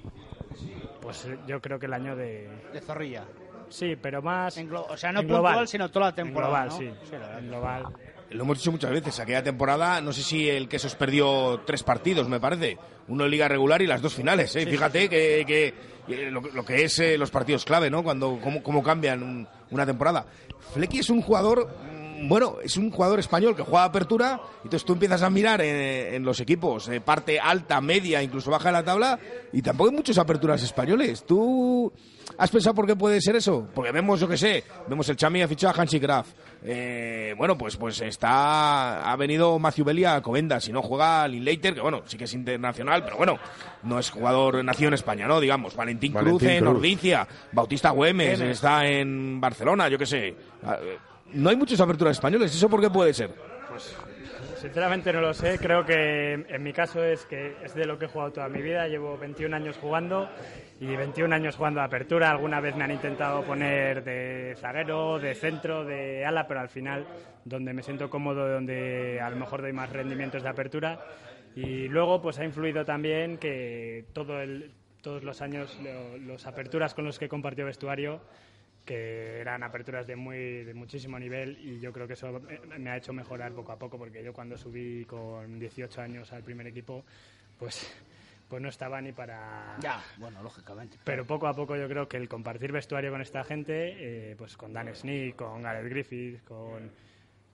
Pues yo creo que el año de Zorrilla. Sí, pero más... o sea, no puntual, global, sino toda la temporada, en global, ¿no? Sí, en global. Lo hemos dicho muchas veces, aquella temporada, no sé si el Quesos perdió 3 partidos, me parece. Uno en Liga Regular y las 2 finales, ¿eh? Sí, fíjate sí. Que lo que es los partidos clave, ¿no? Cómo cambian una temporada. Flecky es un jugador... Bueno, es un jugador español que juega apertura, entonces tú empiezas a mirar en los equipos, parte alta, media, incluso baja de la tabla, y tampoco hay muchas aperturas españoles. ¿Tú has pensado por qué puede ser eso? Porque vemos, yo qué sé, vemos el Chami ha fichado a Hansi Graf. Bueno, pues ha venido Matthew Belli a Alcobendas, si no juega Linklater, que bueno, sí que es internacional, pero bueno, no es jugador nacido en España, ¿no? Digamos, Valentín Cruz en Ordizia, Bautista Güemes está en Barcelona, yo qué sé. No hay muchas aperturas españoles, ¿eso por qué puede ser? Pues sinceramente no lo sé, creo que en mi caso es de lo que he jugado toda mi vida, llevo 21 años jugando y 21 años jugando a apertura, alguna vez me han intentado poner de zaguero, de centro, de ala, pero al final donde me siento cómodo, donde a lo mejor doy más rendimientos de apertura y luego pues ha influido también que todos los años los aperturas con los que he compartido vestuario que eran aperturas de muchísimo nivel y yo creo que eso me ha hecho mejorar poco a poco porque yo cuando subí con 18 años al primer equipo pues no estaba ni para... Ya, bueno, lógicamente. Pero poco a poco yo creo que el compartir vestuario con esta gente, pues con Dan Sneak, con Gareth Griffith,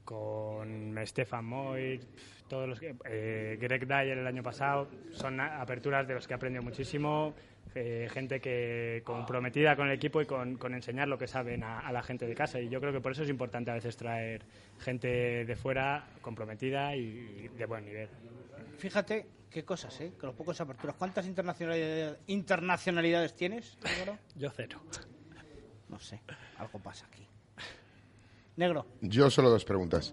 con Stefan Moir, todos los Greg Dyer el año pasado, son aperturas de los que he aprendido muchísimo, gente que comprometida con el equipo y con enseñar lo que saben a la gente de casa, y yo creo que por eso es importante a veces traer gente de fuera comprometida y de buen nivel. Fíjate qué cosas, con los pocos aperturas. ¿Cuántas internacionalidades tienes, Negro? Yo 0. No sé, algo pasa aquí. Negro. Yo solo 2 preguntas.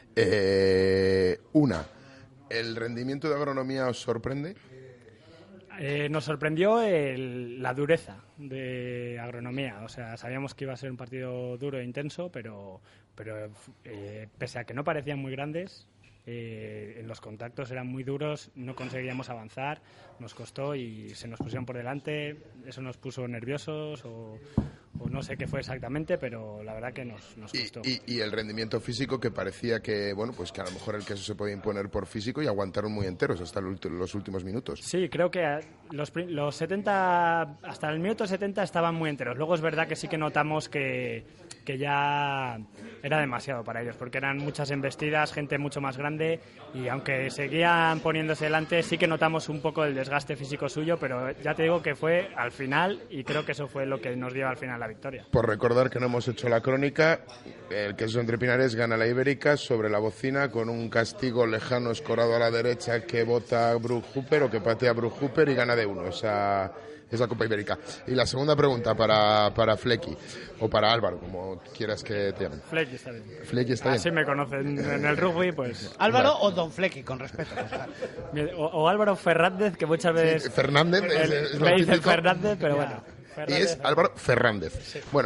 Una, ¿el rendimiento de agronomía os sorprende? Nos sorprendió la dureza de agronomía. O sea, sabíamos que iba a ser un partido duro e intenso, pero pese a que no parecían muy grandes, en los contactos eran muy duros, no conseguíamos avanzar, nos costó y se nos pusieron por delante. Eso nos puso nerviosos o no sé qué fue exactamente, pero la verdad que nos costó. Y el rendimiento físico, que parecía que, bueno, pues que a lo mejor el queso se podía imponer por físico, y aguantaron muy enteros hasta los últimos minutos. Sí, creo que los 70, hasta el minuto 70 estaban muy enteros. Luego es verdad que sí que notamos que ya era demasiado para ellos, porque eran muchas embestidas, gente mucho más grande, y aunque seguían poniéndose delante, sí que notamos un poco el desgaste físico suyo, pero ya te digo que fue al final, y creo que eso fue lo que nos dio al final la victoria. Por recordar que no hemos hecho la crónica, el Quesos Entre Pinares gana la Ibérica sobre la bocina con un castigo lejano escorado a la derecha que bota Bruce Hooper, o que patea Bruce Hooper, y gana de 1 esa Copa Ibérica. Y la segunda pregunta para Flecky, o para Álvaro, como quieras que te llamen. Flecky está bien. Flecky está bien. Así me conocen en el rugby, pues... Álvaro o Don Flecky, con respeto. O Álvaro Fernández, que muchas veces... Sí, Fernández es me dicen típico. Fernández, pero bueno. Y es Álvaro Fernández. Sí. Bueno,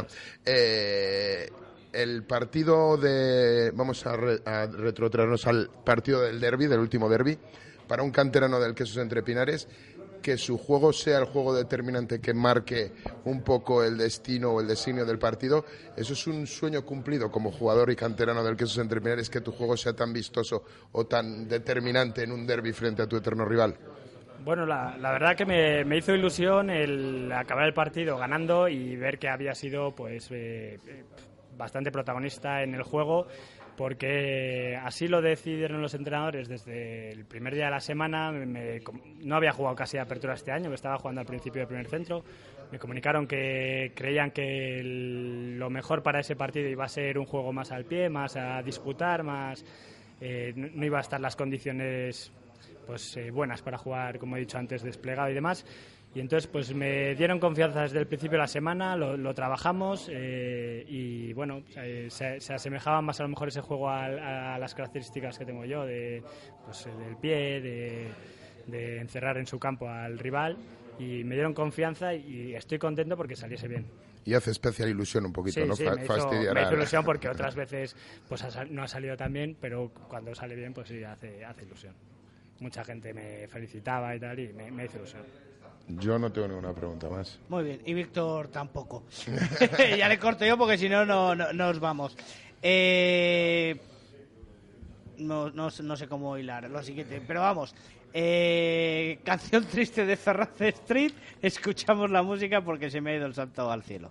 el partido de... Vamos a retrotraernos al partido del derbi, del último derbi, para un canterano del Quesos Entre Pinares, que su juego sea el juego determinante que marque un poco el destino o el designio del partido. Eso es un sueño cumplido como jugador y canterano del Quesos Entre Pinares, que tu juego sea tan vistoso o tan determinante en un derbi frente a tu eterno rival. Bueno, la verdad que me hizo ilusión el acabar el partido ganando y ver que había sido pues bastante protagonista en el juego, porque así lo decidieron los entrenadores desde el primer día de la semana. No había jugado casi de apertura este año, que estaba jugando al principio del primer centro. Me comunicaron que creían que lo mejor para ese partido iba a ser un juego más al pie, más a disputar, más no iba a estar las condiciones buenas para jugar, como he dicho antes, desplegado y demás. Y entonces pues me dieron confianza desde el principio de la semana, lo trabajamos y bueno, se asemejaba más a lo mejor ese juego a las características que tengo yo, del pie, de encerrar en su campo al rival, y me dieron confianza y estoy contento porque saliese bien. Y hace especial ilusión un poquito, sí, ¿no? Sí, me hizo ilusión porque otras veces pues no ha salido tan bien, pero cuando sale bien pues sí, hace ilusión. Mucha gente me felicitaba y tal, y me hizo ilusión. Yo no tengo ninguna pregunta más. Muy bien, y Víctor tampoco. Ya le corto yo porque si no nos vamos. No sé cómo hilar lo siguiente, pero vamos. Canción triste de Ferraz Street. Escuchamos la música porque se me ha ido el santo al cielo.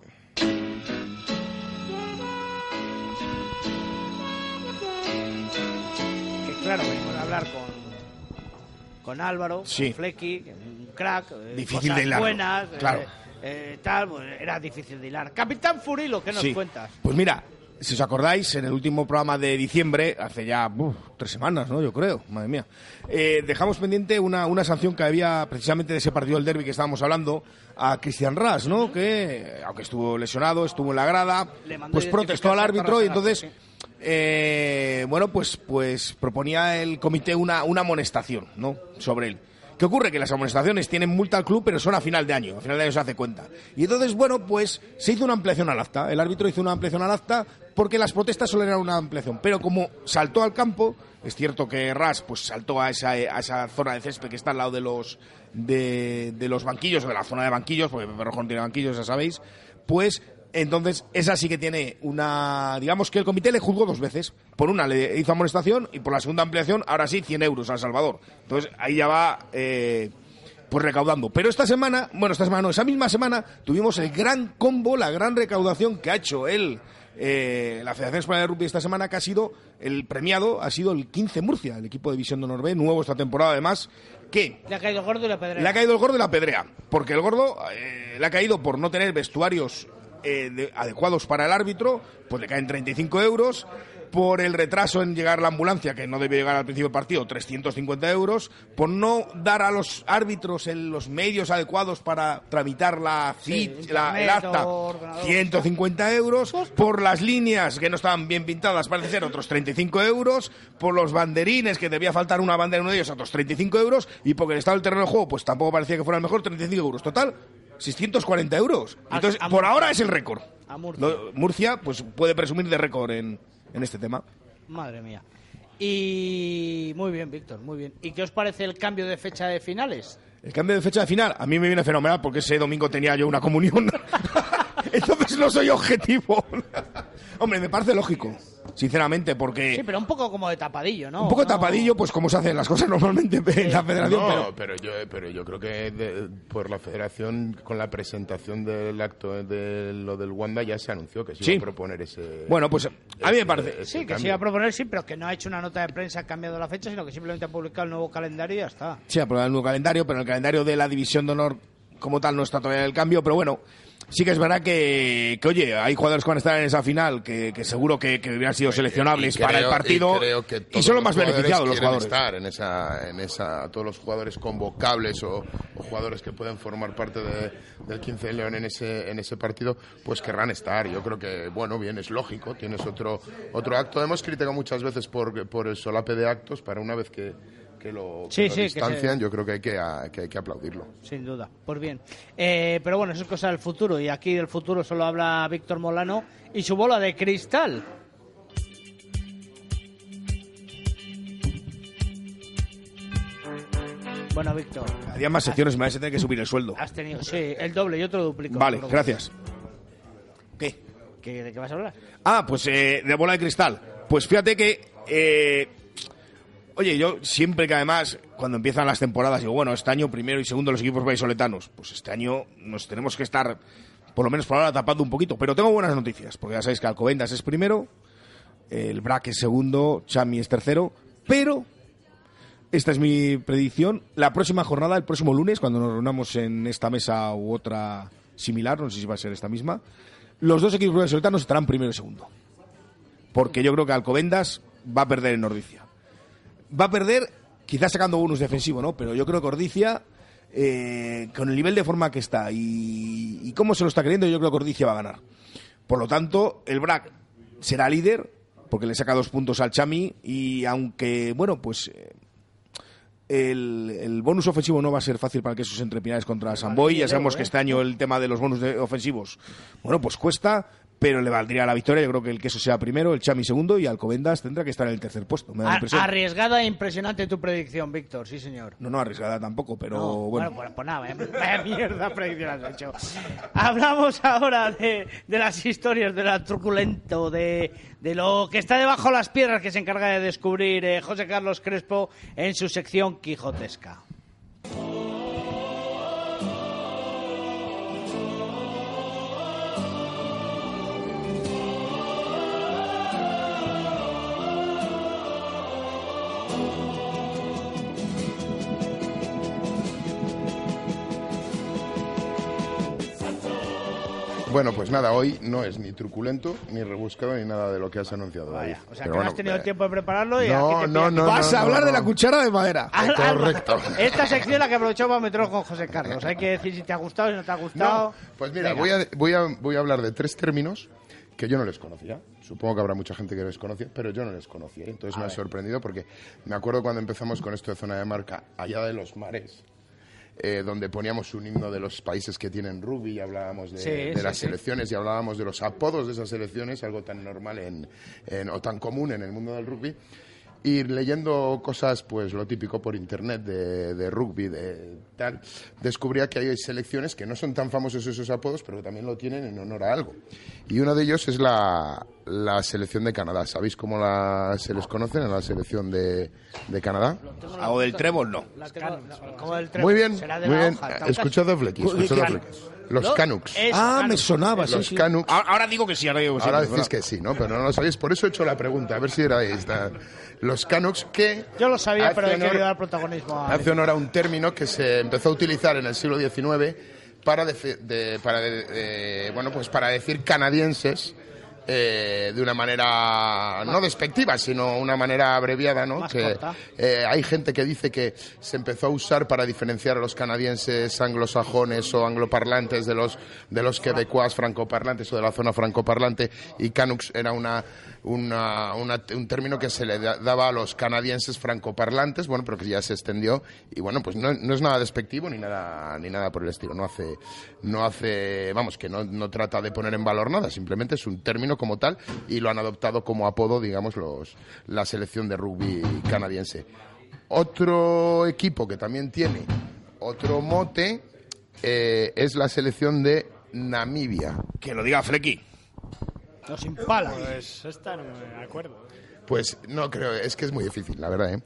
Que claro, venimos a hablar con Álvaro, sí, con Flecky, un crack, difícil cosas de hilar, buenas, claro. Pues era difícil de hilar. Capitán Furilo, ¿qué nos cuentas? Pues mira, si os acordáis, en el último programa de diciembre, hace ya 3 semanas, ¿no? Yo creo, madre mía, dejamos pendiente una sanción que había precisamente de ese partido del derbi que estábamos hablando a Cristian Ras, ¿no? Que, aunque estuvo lesionado, estuvo en la grada, pues protestó al árbitro y entonces... bueno, pues proponía el comité una amonestación, ¿no?, sobre él. ¿Qué ocurre? Que las amonestaciones tienen multa al club, pero son a final de año se hace cuenta. Y entonces, bueno, pues se hizo una ampliación al acta. El árbitro hizo una ampliación al acta porque las protestas solo eran una ampliación. Pero como saltó al campo, es cierto que Ras pues saltó a esa zona de césped que está al lado de los banquillos, o de la zona de banquillos, porque Pepe Rojo no tiene banquillos, ya sabéis, pues... Entonces, esa sí que tiene digamos que el comité le juzgó 2 veces. Por una le hizo amonestación y por la segunda ampliación, ahora sí, 100 euros al Salvador. Entonces, ahí ya va, pues recaudando. Pero esa misma semana, tuvimos el gran combo, la gran recaudación que ha hecho el la Federación Española de Rugby esta semana, que ha sido el premiado, ha sido el 15 Murcia, el equipo de División de Honor B, nuevo esta temporada además, que... Le ha caído el gordo y la pedrea. Le ha caído el gordo y la pedrea, porque el gordo le ha caído por no tener vestuarios adecuados para el árbitro, pues le caen 35 euros, por el retraso en llegar la ambulancia, que no debe llegar al principio del partido, 350 euros, por no dar a los árbitros los medios adecuados para tramitar el acta, 150 euros, por las líneas que no estaban bien pintadas, parece ser otros 35 euros, por los banderines, que debía faltar una bandera en uno de ellos, otros 35 euros, y porque el estado del terreno de juego pues tampoco parecía que fuera el mejor, 35 euros. Total, 640 euros. Entonces, por ahora es el récord. Murcia pues puede presumir de récord en este tema. Madre mía. Y muy bien, Víctor, muy bien. ¿Y qué os parece el cambio de fecha de finales? El cambio de fecha de final a mí me viene fenomenal, porque ese domingo tenía yo una comunión. Entonces no soy objetivo. Hombre, me parece lógico, sinceramente, porque... Sí, pero un poco como de tapadillo, ¿no? Un poco tapadillo, pues como se hacen las cosas normalmente en la federación. No, pero yo creo que por la federación, con la presentación del acto de lo del Wanda, ya se anunció que se iba a proponer ese... Bueno, pues a mí me parece... Sí, que se iba a proponer, sí, pero que no ha hecho una nota de prensa, ha cambiado la fecha, sino que simplemente ha publicado el nuevo calendario y ya está. Sí, ha publicado el nuevo calendario, pero el calendario de la División de Honor como tal no está todavía en el cambio, pero bueno... Sí que es verdad que oye, hay jugadores que van a estar en esa final que seguro que hubieran sido seleccionables para el partido y son los más beneficiados los jugadores. Estar en esa, todos los jugadores convocables o jugadores que pueden formar parte del 15 de León en ese partido, pues querrán estar. Yo creo que, bueno, bien, es lógico, tienes otro acto. Hemos criticado muchas veces por el solape de actos, para una vez que lo distancian, yo creo que hay que aplaudirlo. Sin duda, pues bien. Pero bueno, eso es cosa del futuro, y aquí del futuro solo habla Víctor Molano y su bola de cristal. Bueno, Víctor. Había más secciones, me vas a tener que subir el sueldo. Has tenido, sí, el doble, yo te lo duplico. Vale, gracias. ¿Qué? ¿De qué vas a hablar? Pues de bola de cristal. Pues fíjate que... Oye, yo siempre que además, cuando empiezan las temporadas, digo, bueno, este año primero y segundo los equipos vallisoletanos, pues este año nos tenemos que estar, por lo menos por ahora, tapando un poquito. Pero tengo buenas noticias, porque ya sabéis que Alcobendas es primero, el BRAC es segundo, Chami es tercero, pero esta es mi predicción. La próxima jornada, el próximo lunes, cuando nos reunamos en esta mesa u otra similar, no sé si va a ser esta misma, los dos equipos vallisoletanos estarán primero y segundo. Porque yo creo que Alcobendas va a perder en Ordizia. Va a perder, quizás sacando bonus defensivo, ¿no? Pero yo creo que Ordizia, con el nivel de forma que está y cómo se lo está creyendo, yo creo que Ordizia va a ganar. Por lo tanto, el BRAC será líder, porque le saca 2 puntos al Chami, y aunque, bueno, pues el bonus ofensivo no va a ser fácil para el Quesos Entre Pinares contra San Boi. Ya sabemos que este año el tema de los bonus ofensivos, bueno, pues cuesta, pero le valdría la victoria. Yo creo que el Queso sea primero, el Chami segundo, y Alcobendas tendrá que estar en el tercer puesto. Me da la impresión. Arriesgada e impresionante tu predicción, Víctor, sí señor. No, arriesgada tampoco, pero no, bueno. Pues nada, vaya mierda predicción has hecho. Hablamos ahora de las historias, de la truculento, de lo que está debajo de las piedras, que se encarga de descubrir José Carlos Crespo en su sección quijotesca. Bueno, pues nada, hoy no es ni truculento, ni rebuscado, ni nada de lo que has anunciado. Vaya, o sea, que no has tenido tiempo de prepararlo y no, aquí no, vas a hablar de la cuchara de madera. Correcto. Esta sección la que aprovechamos para meterlo con José Carlos. Hay que decir si te ha gustado, si no te ha gustado. No, pues mira, voy a hablar de 3 términos que yo no les conocía. Supongo que habrá mucha gente que les conocía, pero yo no les conocía. Entonces me ha sorprendido, porque me acuerdo cuando empezamos con esto de zona de marca, allá de los mares, donde poníamos un himno de los países que tienen rugby y hablábamos de las selecciones y hablábamos de los apodos de esas selecciones, algo tan normal o tan común en el mundo del rugby. Y leyendo cosas, pues lo típico por internet de rugby, de tal, descubría que hay selecciones que no son tan famosos esos apodos, pero que también lo tienen en honor a algo. Y uno de ellos es la selección de Canadá. ¿Sabéis cómo se les conocen en la selección de Canadá? O del trébol, no. Muy bien, muy bien. Escuchad a Flequis. Los Canucks. Me sonaba. Los Canucks. Ahora digo que sí. Ahora decís que sí, ¿no? Pero no lo sabéis. Por eso he hecho la pregunta, a ver si era esta. Los Canucks, que... Yo lo sabía, pero he querido dar protagonismo a... Hace honor a un término que se empezó a utilizar en el siglo XIX para decir canadienses de una manera no despectiva, sino una manera abreviada, ¿no? Más que corta. Hay gente que dice que se empezó a usar para diferenciar a los canadienses anglosajones o angloparlantes de los quebecuas francoparlantes o de la zona francoparlante, y Canucks era un término que se le daba a los canadienses francoparlantes, bueno, pero que ya se extendió, y bueno, pues no es nada despectivo ni nada por el estilo, no hace, vamos, que no trata de poner en valor nada, simplemente es un término como tal, y lo han adoptado como apodo, digamos, la selección de rugby canadiense. Otro equipo que también tiene otro mote es la selección de Namibia. Que lo diga Flecky. Los Impala. Pues esta no me acuerdo. Pues no creo, es que es muy difícil, la verdad, ¿eh?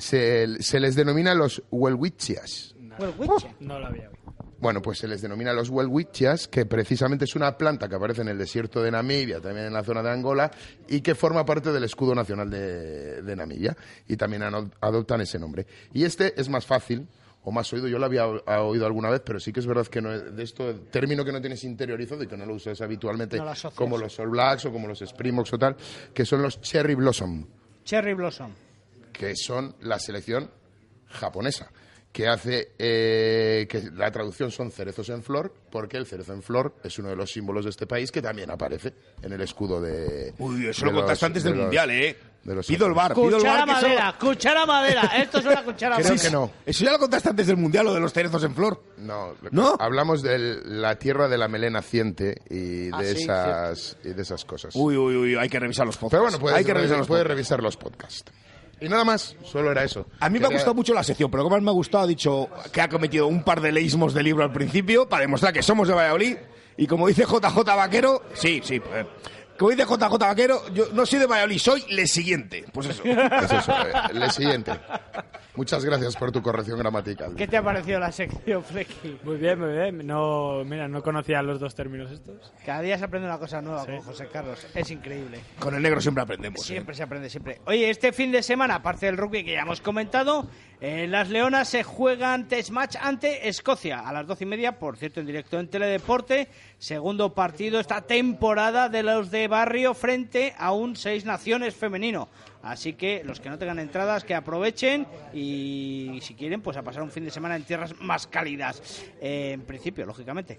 Se les denomina los Welwitschia. No lo había oído. Bueno, pues se les denomina los Welwitschia, que precisamente es una planta que aparece en el desierto de Namibia, también en la zona de Angola, y que forma parte del escudo nacional de Namibia, y también adoptan ese nombre. Y este es más fácil, o más oído, yo lo había oído alguna vez, pero sí que es verdad que no, de esto, término que no tienes interiorizado y que no lo usas habitualmente, no como los All Blacks o como los Springboks o tal, que son los Cherry Blossom. Cherry Blossom. Que son la selección japonesa, que hace que la traducción son cerezos en flor, porque el cerezo en flor es uno de los símbolos de este país que también aparece en el escudo de... Uy, eso lo contaste antes del Mundial, ¿eh? Pido el bar. Cuchara madera. Esto es una cuchara madera. Creo que no. ¿Eso ya lo contaste antes del Mundial, lo de los cerezos en flor? No. Hablamos de la tierra de la melena naciente y de esas cosas. Uy, hay que revisar los podcasts. Pero bueno, puedes revisar los podcasts. Y nada más, solo era eso. A mí me ha gustado mucho la sección, pero como más me ha gustado, ha dicho que ha cometido un par de leísmos de libro al principio para demostrar que somos de Valladolid. Y como dice JJ Vaquero, como dice JJ Vaquero, yo no soy de Valladolid, soy le siguiente. Pues eso. Es eso, le siguiente. Muchas gracias por tu corrección gramatical. ¿Qué te ha parecido la sección, Flecky? Muy bien. No conocía los dos términos estos. Cada día se aprende una cosa nueva con José Carlos. Es increíble. Con el negro siempre aprendemos. Siempre se aprende, siempre. Oye, este fin de semana, aparte del rugby que ya hemos comentado, las Leonas se juegan test match ante Escocia a las 12:30, por cierto, en directo en Teledeporte. Segundo partido esta temporada de los de barrio frente a un Seis Naciones femenino. Así que los que no tengan entradas, que aprovechen y si quieren, pues a pasar un fin de semana en tierras más cálidas. En principio, lógicamente.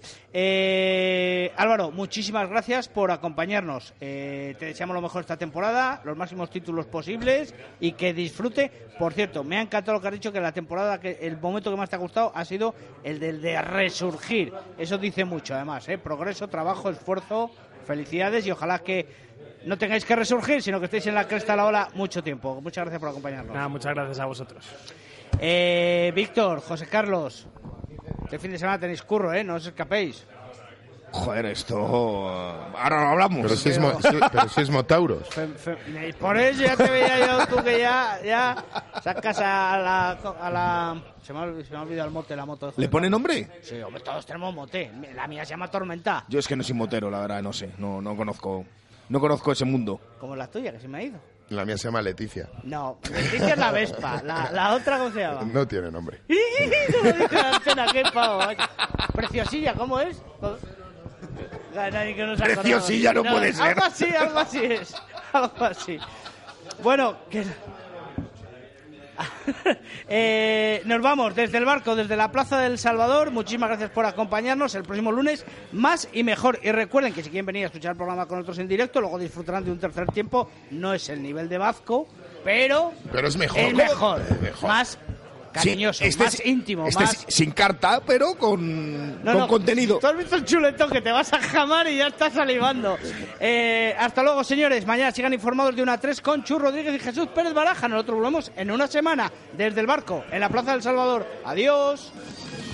Álvaro, muchísimas gracias por acompañarnos. Te deseamos lo mejor esta temporada, los máximos títulos posibles y que disfrute. Por cierto, me ha encantado lo que has dicho, que la temporada, que el momento que más te ha gustado ha sido el del de resurgir. Eso dice mucho, además, progreso, trabajo, esfuerzo, felicidades y ojalá que no tengáis que resurgir, sino que estéis en la cresta de la ola mucho tiempo. Muchas gracias por acompañarnos. Muchas gracias a vosotros. Víctor, José Carlos, este fin de semana tenéis curro, no os escapéis. Joder, esto... Ahora lo hablamos. Pero si es Motauros. Por eso ya te veía yo tú que ya sacas a la... Se me ha olvidado el mote, la moto. ¿Le pone nombre? Sí, hombre, todos tenemos mote. La mía se llama Tormenta. Yo es que no soy motero, la verdad, no sé. No conozco ese mundo. Como la tuya, que se me ha ido. La mía se llama Leticia. No, Leticia es la Vespa. La otra, ¿cómo se llama? No tiene nombre. No lo dice la antena, qué pavo. Preciosilla, ¿cómo es? Preciosilla no puede ser. Algo así es. Algo así. Bueno, nos vamos desde el barco, desde la Plaza del Salvador. Muchísimas gracias por acompañarnos. El próximo lunes más y mejor. Y recuerden que si quieren venir a escuchar el programa con nosotros en directo, luego disfrutarán de un tercer tiempo. No es el nivel de Vazco, pero es mejor. Es mejor. Más cariñoso, más íntimo, más... sin carta, pero con contenido. Tú has visto el chuletón que te vas a jamar y ya estás salivando. Hasta luego, señores. Mañana sigan informados de 1 a 3 con Chus Rodríguez y Jesús Pérez Baraja. Nosotros volvemos en una semana desde el barco, en la Plaza del Salvador. Adiós.